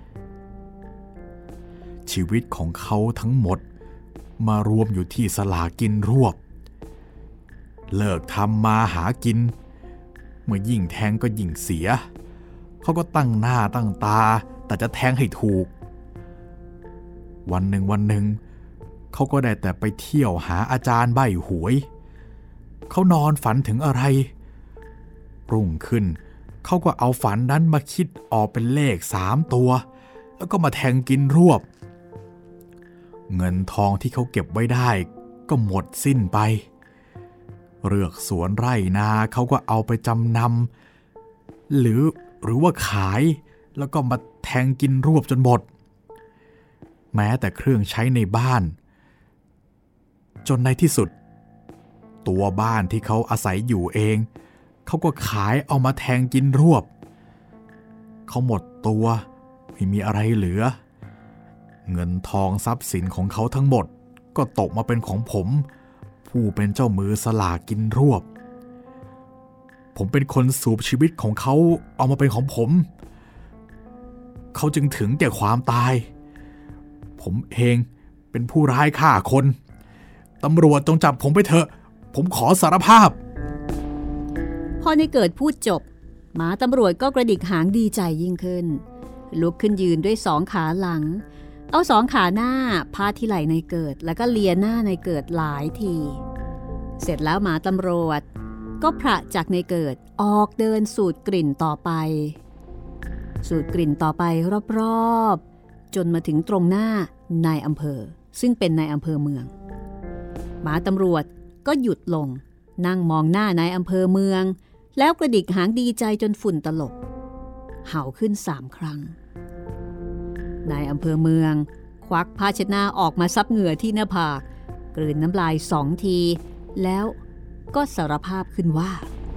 ชีวิตของเขาทั้งหมดมารวมอยู่ที่สลากกินรวบเลิกทำมาหากินเมื่อยิ่งแทงก็ยิ่งเสียเขาก็ตั้งหน้าตั้งตาแต่จะแทงให้ถูกวันหนึ่งเขาก็ได้แต่ไปเที่ยวหาอาจารย์ใบ้หวยเขานอนฝันถึงอะไรรุ่งขึ้นเขาก็เอาฝันนั้นมาคิดออกเป็นเลข3 ตัวแล้วก็มาแทงกินรวบเงินทองที่เขาเก็บไว้ได้ก็หมดสิ้นไปเรือกสวนไร่นาเขาก็เอาไปจำนำหรือว่าขายแล้วก็มาแทงกินรวบจนหมดแม้แต่เครื่องใช้ในบ้านจนในที่สุดตัวบ้านที่เขาอาศัยอยู่เองเขาก็ขายเอามาแทงกินรวบเขาหมดตัวไม่มีอะไรเหลือเงินทองทรัพย์สินของเขาทั้งหมดก็ตกมาเป็นของผมผู้เป็นเจ้ามือสลากกินรวบผมเป็นคนสูบชีวิตของเขาเอามาเป็นของผมเขาจึงถึงแก่ความตายผมเองเป็นผู้ร้ายฆ่าคนตำรวจจงจับผมไปเถอะผมขอสารภาพพอในเกิดพูดจบหมาตำรวจก็กระดิกหางดีใจยิ่งขึ้นลุกขึ้นยืนด้วย2 ขาหลังเอา2 ขาหน้าพาดที่ไหล่ในเกิดแล้วก็เลียหน้าในเกิดหลายทีเสร็จแล้วหมาตำรวจก็พระจากในเกิดออกเดินสูดกลิ่นต่อไปสูดกลิ่นต่อไปรอบๆจนมาถึงตรงหน้านายอำเภอซึ่งเป็นนายอำเภอเมืองหมาตำรวจก็หยุดลงนั่งมองหน้านายอำเภอเมืองแล้วกระดิกหางดีใจจนฝุ่นตลบเห่าขึ้น3 ครั้งนายอำเภอเมืองควักผ้าเช็ดหน้าออกมาซับเหงื่อที่หน้าผากกลืนน้ำลาย2 ทีแล้วก็สารภาพขึ้นว่า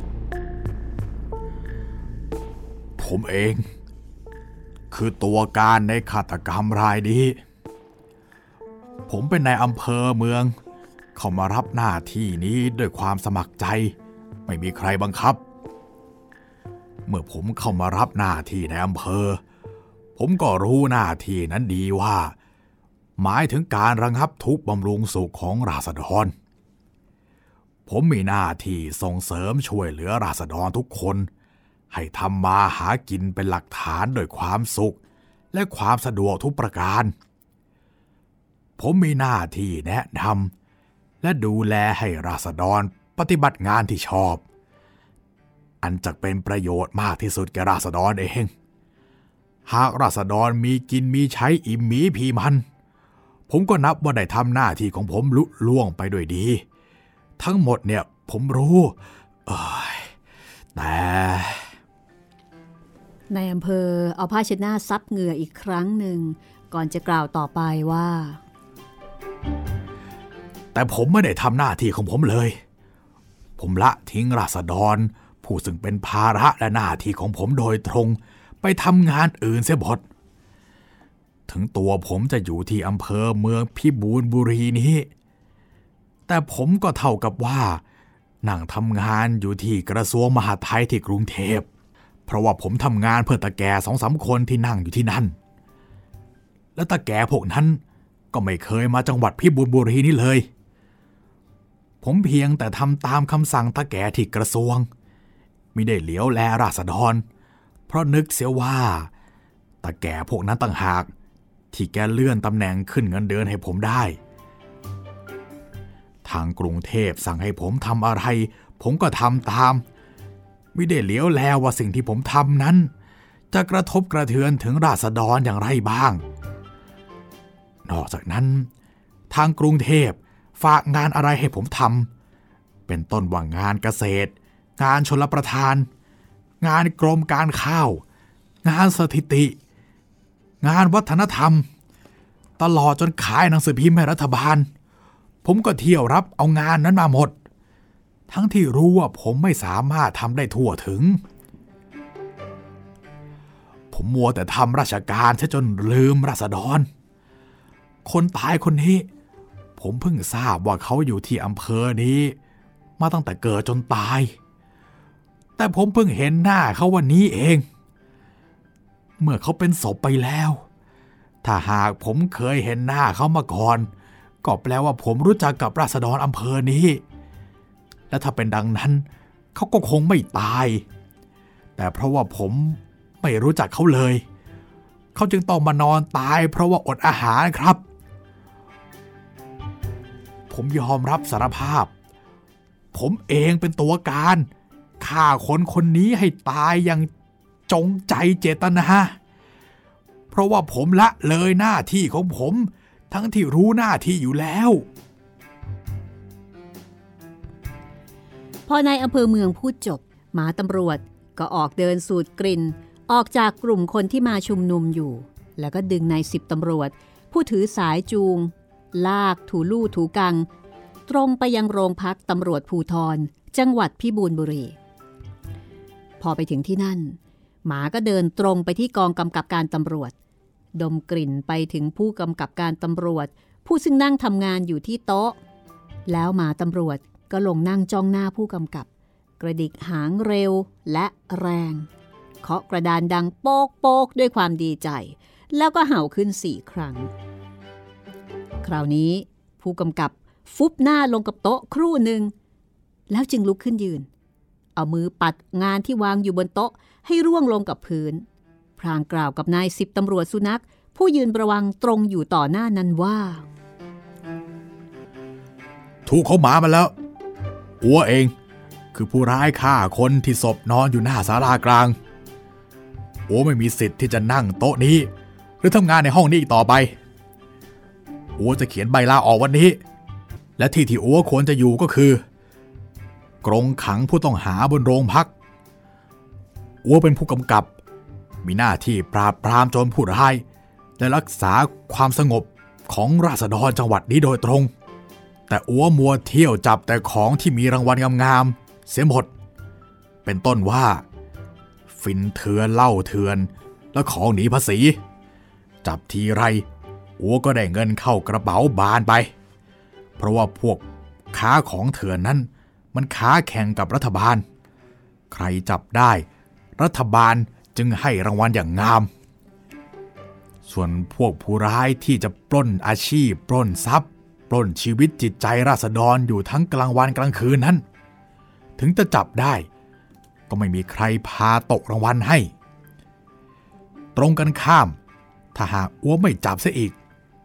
ผมเองคือตัวการในฆาตกรรมรายนี้ผมเป็นนายอำเภอเมืองเข้ามารับหน้าที่นี้ด้วยความสมัครใจไม่มีใครบังคับเมื่อผมเข้ามารับหน้าที่ในอำเภอผมก็รู้หน้าที่นั้นดีว่าหมายถึงการระงับทุกข์บำรุงสุขของราษฎรผมมีหน้าที่ส่งเสริมช่วยเหลือราษฎรทุกคนให้ทำมาหากินเป็นหลักฐานโดยความสุขและความสะดวกทุกประการผมมีหน้าที่แนะนำและดูแลให้ราษฎรปฏิบัติงานที่ชอบอันจะเป็นประโยชน์มากที่สุดแก่ราษฎรเองหากราษฎรมีกินมีใช้อิ่มหมีพีมันผมก็นับว่าได้ทำหน้าที่ของผมลุล่วงไปด้วยดีทั้งหมดเนี่ยผมรู้แต่นายอำเภอเอาผ้าเช็ดหน้าซับเหงื่ออีกครั้งหนึ่งก่อนจะกล่าวต่อไปว่าแต่ผมไม่ได้ทำหน้าที่ของผมเลยผมละทิ้งราษฎรผู้ซึ่งเป็นภาระและหน้าที่ของผมโดยตรงไปทำงานอื่นเสียหมดถึงตัวผมจะอยู่ที่อำเภอเมืองพิบูลบุรีนี้แต่ผมก็เท่ากับว่านั่งทำงานอยู่ที่กระทรวงมหาดไทยที่กรุงเทพเพราะว่าผมทำงานเพื่อตาแก่ 2-3 คนที่นั่งอยู่ที่นั่นและตาแก่พวกนั้นก็ไม่เคยมาจังหวัดพิบูลบุรีนี้เลยผมเพียงแต่ทำตามคำสั่งตาแก่ที่กระทรวงไม่ได้เหลียวแลราษฎรเพราะนึกเสียว่าตาแก่พวกนั้นต่างหากที่แกเลื่อนตำแหน่งขึ้นเงินเดือนให้ผมได้ทางกรุงเทพสั่งให้ผมทำอะไรผมก็ทำตามไม่ได้เหลียวแลว่าสิ่งที่ผมทำนั้นจะกระทบกระเทือนถึงราษฎรอย่างไรบ้างนอกจากนั้นทางกรุงเทพฝากงานอะไรให้ผมทำเป็นต้นว่างานเกษตรงานชลประทานงานกรมการข้าวงานสถิติงานวัฒนธรรมตลอดจนขายหนังสือพิมพ์ให้รัฐบาลผมก็เที่ยวรับเอางานนั้นมาหมดทั้งที่รู้ว่าผมไม่สามารถทำได้ทั่วถึงผมมัวแต่ทำราชการซะจนลืมราษฎรคนตายคนนี้ผมเพิ่งทราบว่าเขาอยู่ที่อำเภอนี้มาตั้งแต่เกิดจนตายแต่ผมเพิ่งเห็นหน้าเขาวันนี้เองเมื่อเขาเป็นศพไปแล้วถ้าหากผมเคยเห็นหน้าเขามาก่อนก็แปลว่าผมรู้จักกับราษฎรอำเภอนี้และถ้าเป็นดังนั้นเขาก็คงไม่ตายแต่เพราะว่าผมไม่รู้จักเขาเลยเขาจึงต้องมานอนตายเพราะว่าอดอาหารครับผมยอมรับสารภาพผมเองเป็นตัวการฆ่าคนคนนี้ให้ตายอย่างจงใจเจตนาเพราะว่าผมละเลยหน้าที่ของผมทั้งที่รู้หน้าที่อยู่แล้วพอนายอำเภอเมืองพูดจบหมาตำรวจก็ออกเดินสูดกลิ่นออกจากกลุ่มคนที่มาชุมนุมอยู่แล้วก็ดึงนาย10 ตำรวจผู้ถือสายจูงลากถูลู่ถูกังตรงไปยังโรงพักตำรวจภูธรจังหวัดพิบูลบุรีพอไปถึงที่นั่นหมาก็เดินตรงไปที่กองกำกับการตำรวจดมกลิ่นไปถึงผู้กำกับการตำรวจผู้ซึ่งนั่งทำงานอยู่ที่โต๊ะแล้วหมาตำรวจก็ลงนั่งจ้องหน้าผู้กำกับกระดิกหางเร็วและแรงเคาะกระดานดังโป๊กโป๊กด้วยความดีใจแล้วก็เห่าขึ้น4 ครั้งคราวนี้ผู้กำกับฟุบหน้าลงกับโต๊ะครู่หนึ่งแล้วจึงลุกขึ้นยืนเอามือปัดงานที่วางอยู่บนโต๊ะให้ร่วงลงกับพื้นพลางกล่าวกับนาย10 ตำรวจสุนัขผู้ยืนระวังตรงอยู่ต่อหน้านั้นว่าถูกเขาหมามาแล้วอัวเองคือผู้ร้ายฆ่าคนที่ศพนอนอยู่หน้าศาลากลางอัวไม่มีสิทธิ์ที่จะนั่งโต๊ะนี้หรือทำงานในห้องนี้อีกต่อไปอัวจะเขียนใบลาออกวันนี้และที่อัวควรจะอยู่ก็คือกรงขังผู้ต้องหาบนโรงพักอัวเป็นผู้กำกับมีหน้าที่ปราบปรามโจรผู้ร้ายและรักษาความสงบของราษฎรจังหวัดนี้โดยตรงแต่อัวมัวเที่ยวจับแต่ของที่มีรางวัลงามๆเสียหมดเป็นต้นว่าฟินเถื่อนเหล้าเถื่อนและของหนีภาษีจับทีไรอัวก็ได้เงินเข้ากระเป๋าบานไปเพราะว่าพวกค้าของเถื่อนนั้นมันค้าแข่งกับรัฐบาลใครจับได้รัฐบาลจึงให้รางวัลอย่างงามส่วนพวกผู้ร้ายที่จะปล้นอาชีพปล้นทรัพย์ปล้นชีวิตจิตใจราษฎรอยู่ทั้งกลางวันกลางคืนนั้นถึงจะจับได้ก็ไม่มีใครพาตกรางวัลให้ตรงกันข้ามถ้าหากอัวไม่จับเสียอีก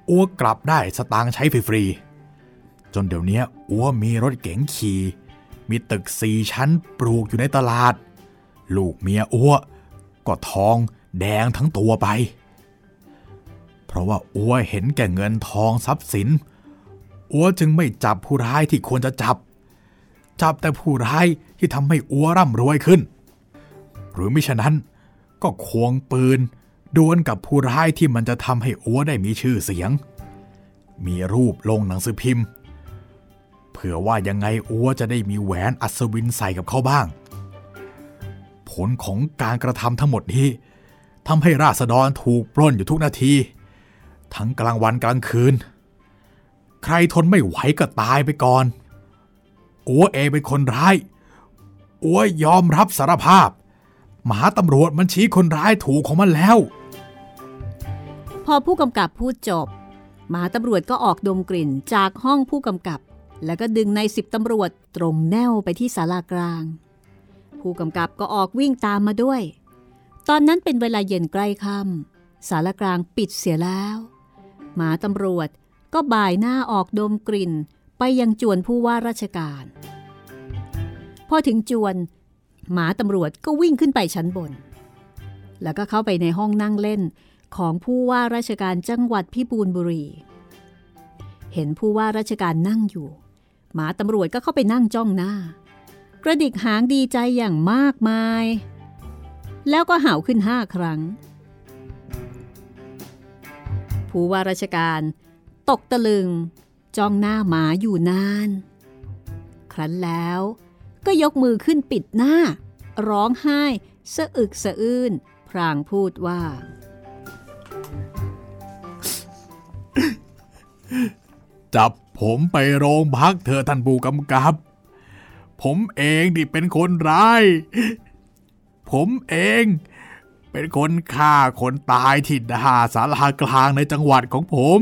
อัวกลับได้สตางค์ใช้ฟรีๆจนเดี๋ยวนี้อัวมีรถเก๋งขี่มีตึก4 ชั้นปลูกอยู่ในตลาดลูกเมียอัวก็ทองแดงทั้งตัวไปเพราะว่าอัวเห็นแก่เงินทองทรัพย์สินอัวจึงไม่จับผู้ร้ายที่ควรจะจับแต่ผู้ร้ายที่ทำให้อัวร่ำรวยขึ้นหรือมิฉะนั้นก็ควงปืนดวลกับผู้ร้ายที่มันจะทำให้อัวได้มีชื่อเสียงมีรูปลงหนังสือพิมพ์เผื่อว่ายังไงอัวจะได้มีแหวนอัศวินใส่กับเขาบ้างผลของการกระทำทั้งหมดนี้ทำให้ราษฎรถูกปล้นอยู่ทุกนาทีทั้งกลางวันกลางคืนใครทนไม่ไหวก็ตายไปก่อนอัวเองเป็นคนร้ายอัวยอมรับสารภาพหมาตำรวจมันชี้คนร้ายถูกของมันแล้วพอผู้กำกับพูดจบหมาตำรวจก็ออกดมกลิ่นจากห้องผู้กำกับแล้วก็ดึงนาย10 ตำรวจตรงแนวไปที่ศาลากลางผู้กำกับก็ออกวิ่งตามมาด้วยตอนนั้นเป็นเวลาเย็นใกล้ค่ำศาลากลางปิดเสียแล้วหมาตำรวจก็บ่ายหน้าออกดมกลิ่นไปยังจวนผู้ว่าราชการพอถึงจวนหมาตำรวจก็วิ่งขึ้นไปชั้นบนแล้วก็เข้าไปในห้องนั่งเล่นของผู้ว่าราชการจังหวัดพิบูลบุรีเห็นผู้ว่าราชการนั่งอยู่หมาตำรวจก็เข้าไปนั่งจ้องหน้ากระดิกหางดีใจอย่างมากมายแล้วก็เห่าขึ้น5 ครั้งผู้ว่าราชการตกตะลึงจ้องหน้าหมาอยู่นานครั้นแล้วก็ยกมือขึ้นปิดหน้าร้องไห้สะอึกสะอื้นพลางพูดว่าจับผมไปโรงพักเถอะท่านผู้กำกับผมเองที่เป็นคนร้ายผมเองเป็นคนฆ่าคนตายที่หน้าศาลากลางในจังหวัดของผม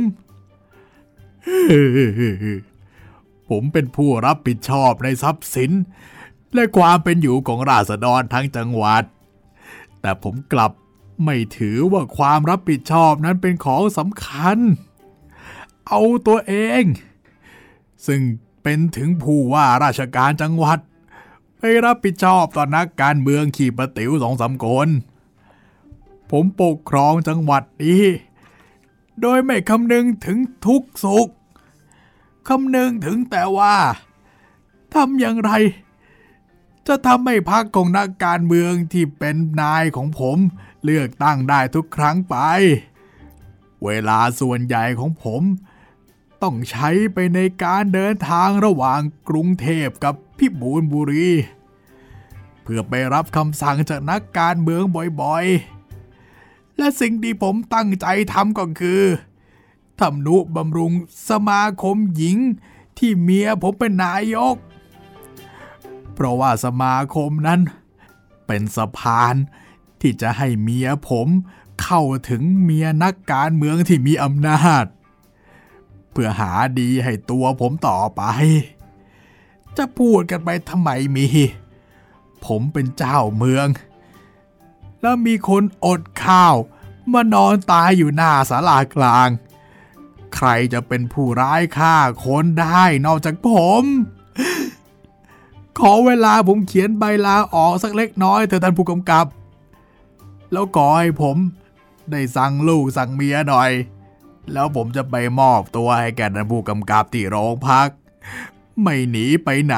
ผมเป็นผู้รับผิดชอบในทรัพย์สินและความเป็นอยู่ของราษฎรทั้งจังหวัดแต่ผมกลับไม่ถือว่าความรับผิดชอบนั้นเป็นของสำคัญเอาตัวเองซึ่งเป็นถึงผู้ว่าราชการจังหวัดไปรับผิดชอบต่อนักการเมืองขี่ประติ๋ว2-3 คนผมปกครองจังหวัดนี้โดยไม่คำนึงถึงทุกสุขคำนึงถึงแต่ว่าทำอย่างไรจะทำให้พรรคของนักการเมืองที่เป็นนายของผมเลือกตั้งได้ทุกครั้งไปเวลาส่วนใหญ่ของผมต้องใช้ไปในการเดินทางระหว่างกรุงเทพกับพิบูลบุรีเพื่อไปรับคำสั่งจากนักการเมืองบ่อยๆและสิ่งที่ผมตั้งใจทำก็คือทำนุบำรุงสมาคมหญิงที่เมียผมเป็นนายกเพราะว่าสมาคมนั้นเป็นสะพานที่จะให้เมียผมเข้าถึงเมียนักการเมืองที่มีอำนาจเพื่อหาดีให้ตัวผมต่อไปจะพูดกันไปทำไมผมเป็นเจ้าเมืองแล้วมีคนอดข้าวมานอนตายอยู่หน้าศาลากลางใครจะเป็นผู้ร้ายฆ่าคนได้นอกจากผมขอเวลาผมเขียนใบลาออกสักเล็กน้อยเถอะท่านผู้กำกับแล้วขอให้ผมได้สั่งลูกสั่งเมียหน่อยแล้วผมจะไปมอบตัวให้แก่ท่านผู้กำกับที่โรงพักไม่หนีไปไหน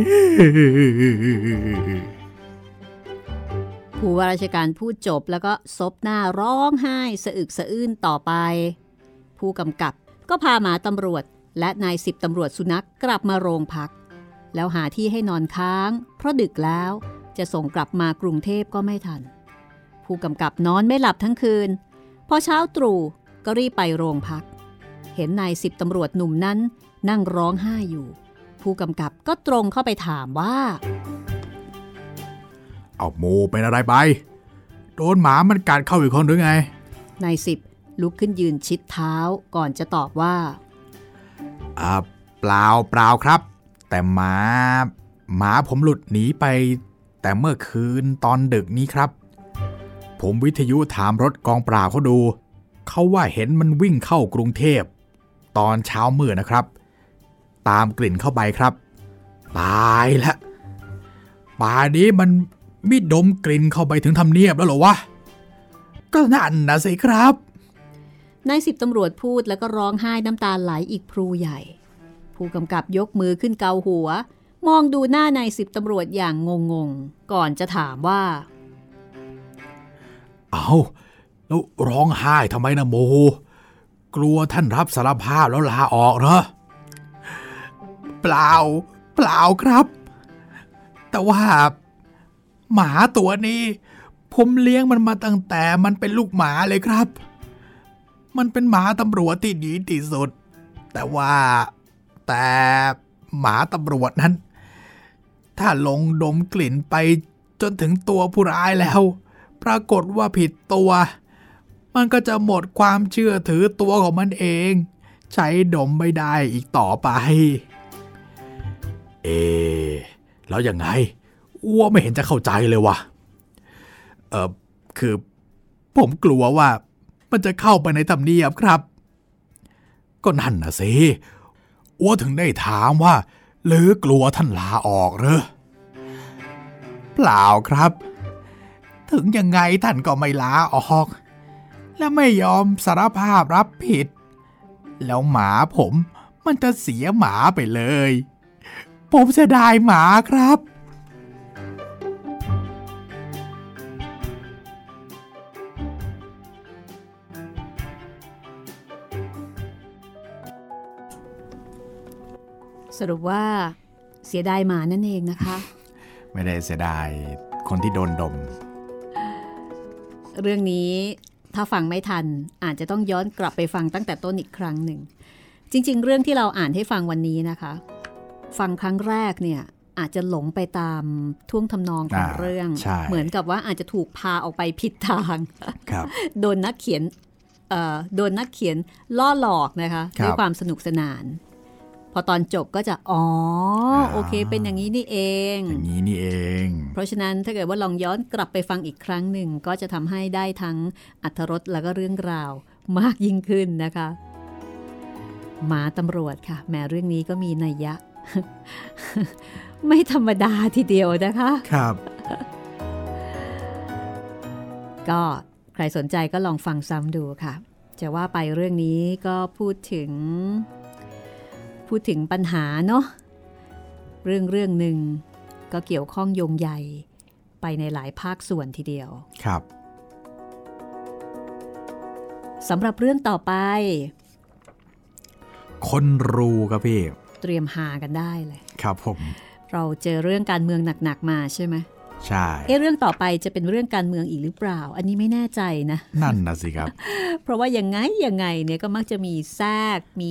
ผู้ว่าราชการพูดจบแล้วก็ซบหน้าร้องไห้สะอึกสะอื้นต่อไปผู้กำกับก็พาหมาตำรวจและนาย10 ตำรวจสุนัขกลับมาโรงพักแล้วหาที่ให้นอนค้างเพราะดึกแล้วจะส่งกลับมากรุงเทพก็ไม่ทันผู้กำกับนอนไม่หลับทั้งคืนพอเช้าตรู่ก็รีบไปโรงพักเห็นนาย10 ตำรวจหนุ่มนั้นนั่งร้องไห้อยู่ผู้กำกับก็ตรงเข้าไปถามว่าเอาโมเป็นอะไรไปโดนหมามันกัดเข้าอีกคนหรือไงนาย10ลุกขึ้นยืนชิดเท้าก่อนจะตอบว่าเปล่าครับแต่หมาผมหลุดหนีไปแต่เมื่อคืนตอนดึกนี้ครับผมวิทยุถามรถกองปราบเขาดูเขาว่าเห็นมันวิ่งเข้ากรุงเทพตอนเช้ามืดนะครับตามกลิ่นเข้าไปครับตายแล้วป่านี้มันมิดมกลิ่นเข้าไปถึงทำเนียบแล้วเหรอวะก็นั่นนะสิครับนาย10ตำรวจพูดแล้วก็ร้องไห้น้ำตาไหลอีกพลูใหญ่ผู้กำกับยกมือขึ้นเกาหัวมองดูหน้านาย10ตำรวจอย่างงงๆก่อนจะถามว่าเอาแล้วร้องไห้ทำไมนะโมกลัวท่านรับสารภาพแล้วลาออกเหรอเปล่าครับแต่ว่าหมาตัวนี้ผมเลี้ยงมันมาตั้งแต่มันเป็นลูกหมาเลยครับมันเป็นหมาตำรวจที่ดีที่สุดแต่หมาตำรวจนั้นถ้าลงดมกลิ่นไปจนถึงตัวผู้ร้ายแล้วปรากฏว่าผิดตัวมันก็จะหมดความเชื่อถือตัวของมันเองใช้ดมไม่ได้อีกต่อไปแล้วยังไงอ้วไม่เห็นจะเข้าใจเลยวะคือผมกลัวว่ามันจะเข้าไปในทำเนียบครับก็นั่นนะสิอ้วถึงได้ถามว่าหรือกลัวท่านลาออกเหรอเปล่าครับถึงยังไงท่านก็ไม่ลาออกและไม่ยอมสารภาพรับผิดแล้วหมาผมมันจะเสียหมาไปเลยผมเสียดายหมาครับสรุปว่าเสียดายหมานั่นเองนะคะไม่ได้เสียดายคนที่โดนดมเรื่องนี้ถ้าฟังไม่ทันอาจจะต้องย้อนกลับไปฟังตั้งแต่ต้นอีกครั้งหนึ่งจริงๆเรื่องที่เราอ่านให้ฟังวันนี้นะคะฟังครั้งแรกเนี่ยอาจจะหลงไปตามท่วงทำนองของเรื่องเหมือนกับว่าอาจจะถูกพาออกไปผิดทางโดนนักเขียนล่อหลอกนะคะด้วยความสนุกสนานพอตอนจบก็จะโอเคเป็นอย่างนี้นี่เองอย่างนี้นี่เองเพราะฉะนั้นถ้าเกิดว่าลองย้อนกลับไปฟังอีกครั้งหนึ่งก็จะทำให้ได้ทั้งอรรถรสแล้วก็เรื่องราวมากยิ่งขึ้นนะคะหมาตำรวจค่ะแม้เรื่องนี้ก็มีนัยยะ ไม่ธรรมดาทีเดียวนะคะครับก็ใครสนใจก็ลองฟังซ้ำดูค่ะจะว่าไปเรื่องนี้ก็พูดถึงปัญหาเนาะเรื่องหนึ่งก็เกี่ยวข้องโยงใยไปในหลายภาคส่วนทีเดียวครับสำหรับเรื่องต่อไปคนรู้ครับพี่เตรียมหากันได้เลยครับผมเราเจอเรื่องการเมืองหนักๆมาใช่ไหมใช่เรื่องต่อไปจะเป็นเรื่องการเมืองอีกหรือเปล่าอันนี้ไม่แน่ใจนะนั่นนะสิครับเพราะว่ายังไงเนี่ยก็มักจะมีแทรกมี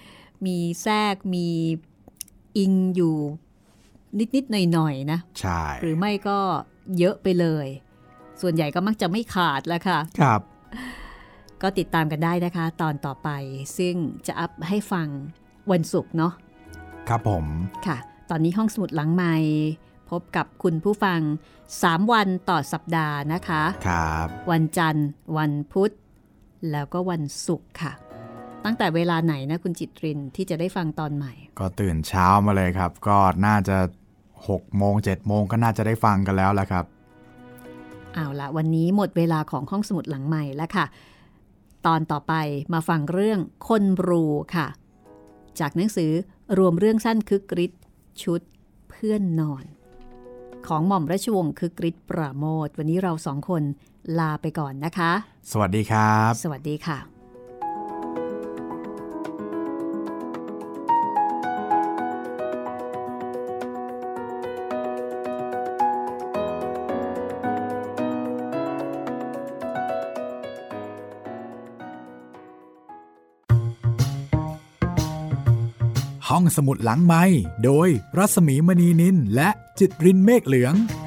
อิงอยู่นิดๆหน่อยๆนะใช่หรือไม่ก็เยอะไปเลยส่วนใหญ่ก็มักจะไม่ขาดแล้วค่ะครับก็ติดตามกันได้นะคะตอนต่อไปซึ่งจะอัพให้ฟังวันศุกร์เนาะครับผมค่ะตอนนี้ห้องสมุดหลังไมค์พบกับคุณผู้ฟัง3วันต่อสัปดาห์นะคะครับวันจันทร์วันพุธแล้วก็วันศุกร์ค่ะตั้งแต่เวลาไหนนะคุณจิตรินที่จะได้ฟังตอนใหม่ก็ตื่นเช้ามาเลยครับก็น่าจะ6 โมง 7 โมงก็น่าจะได้ฟังกันแล้วแหละครับเอาละวันนี้หมดเวลาของห้องสมุดหลังใหม่แล้วค่ะตอนต่อไปมาฟังเรื่องคนรูค่ะจากหนังสือรวมเรื่องสั้นคึกฤทธิ์ชุดเพื่อนนอนของหม่อมราชวงศ์คึกฤทธิ์ปราโมทย์วันนี้เรา2คนลาไปก่อนนะคะสวัสดีครับสวัสดีค่ะห้องสมุดหลังไมค์โดยรัศมีมณีนินและจิตรินเมฆเหลือง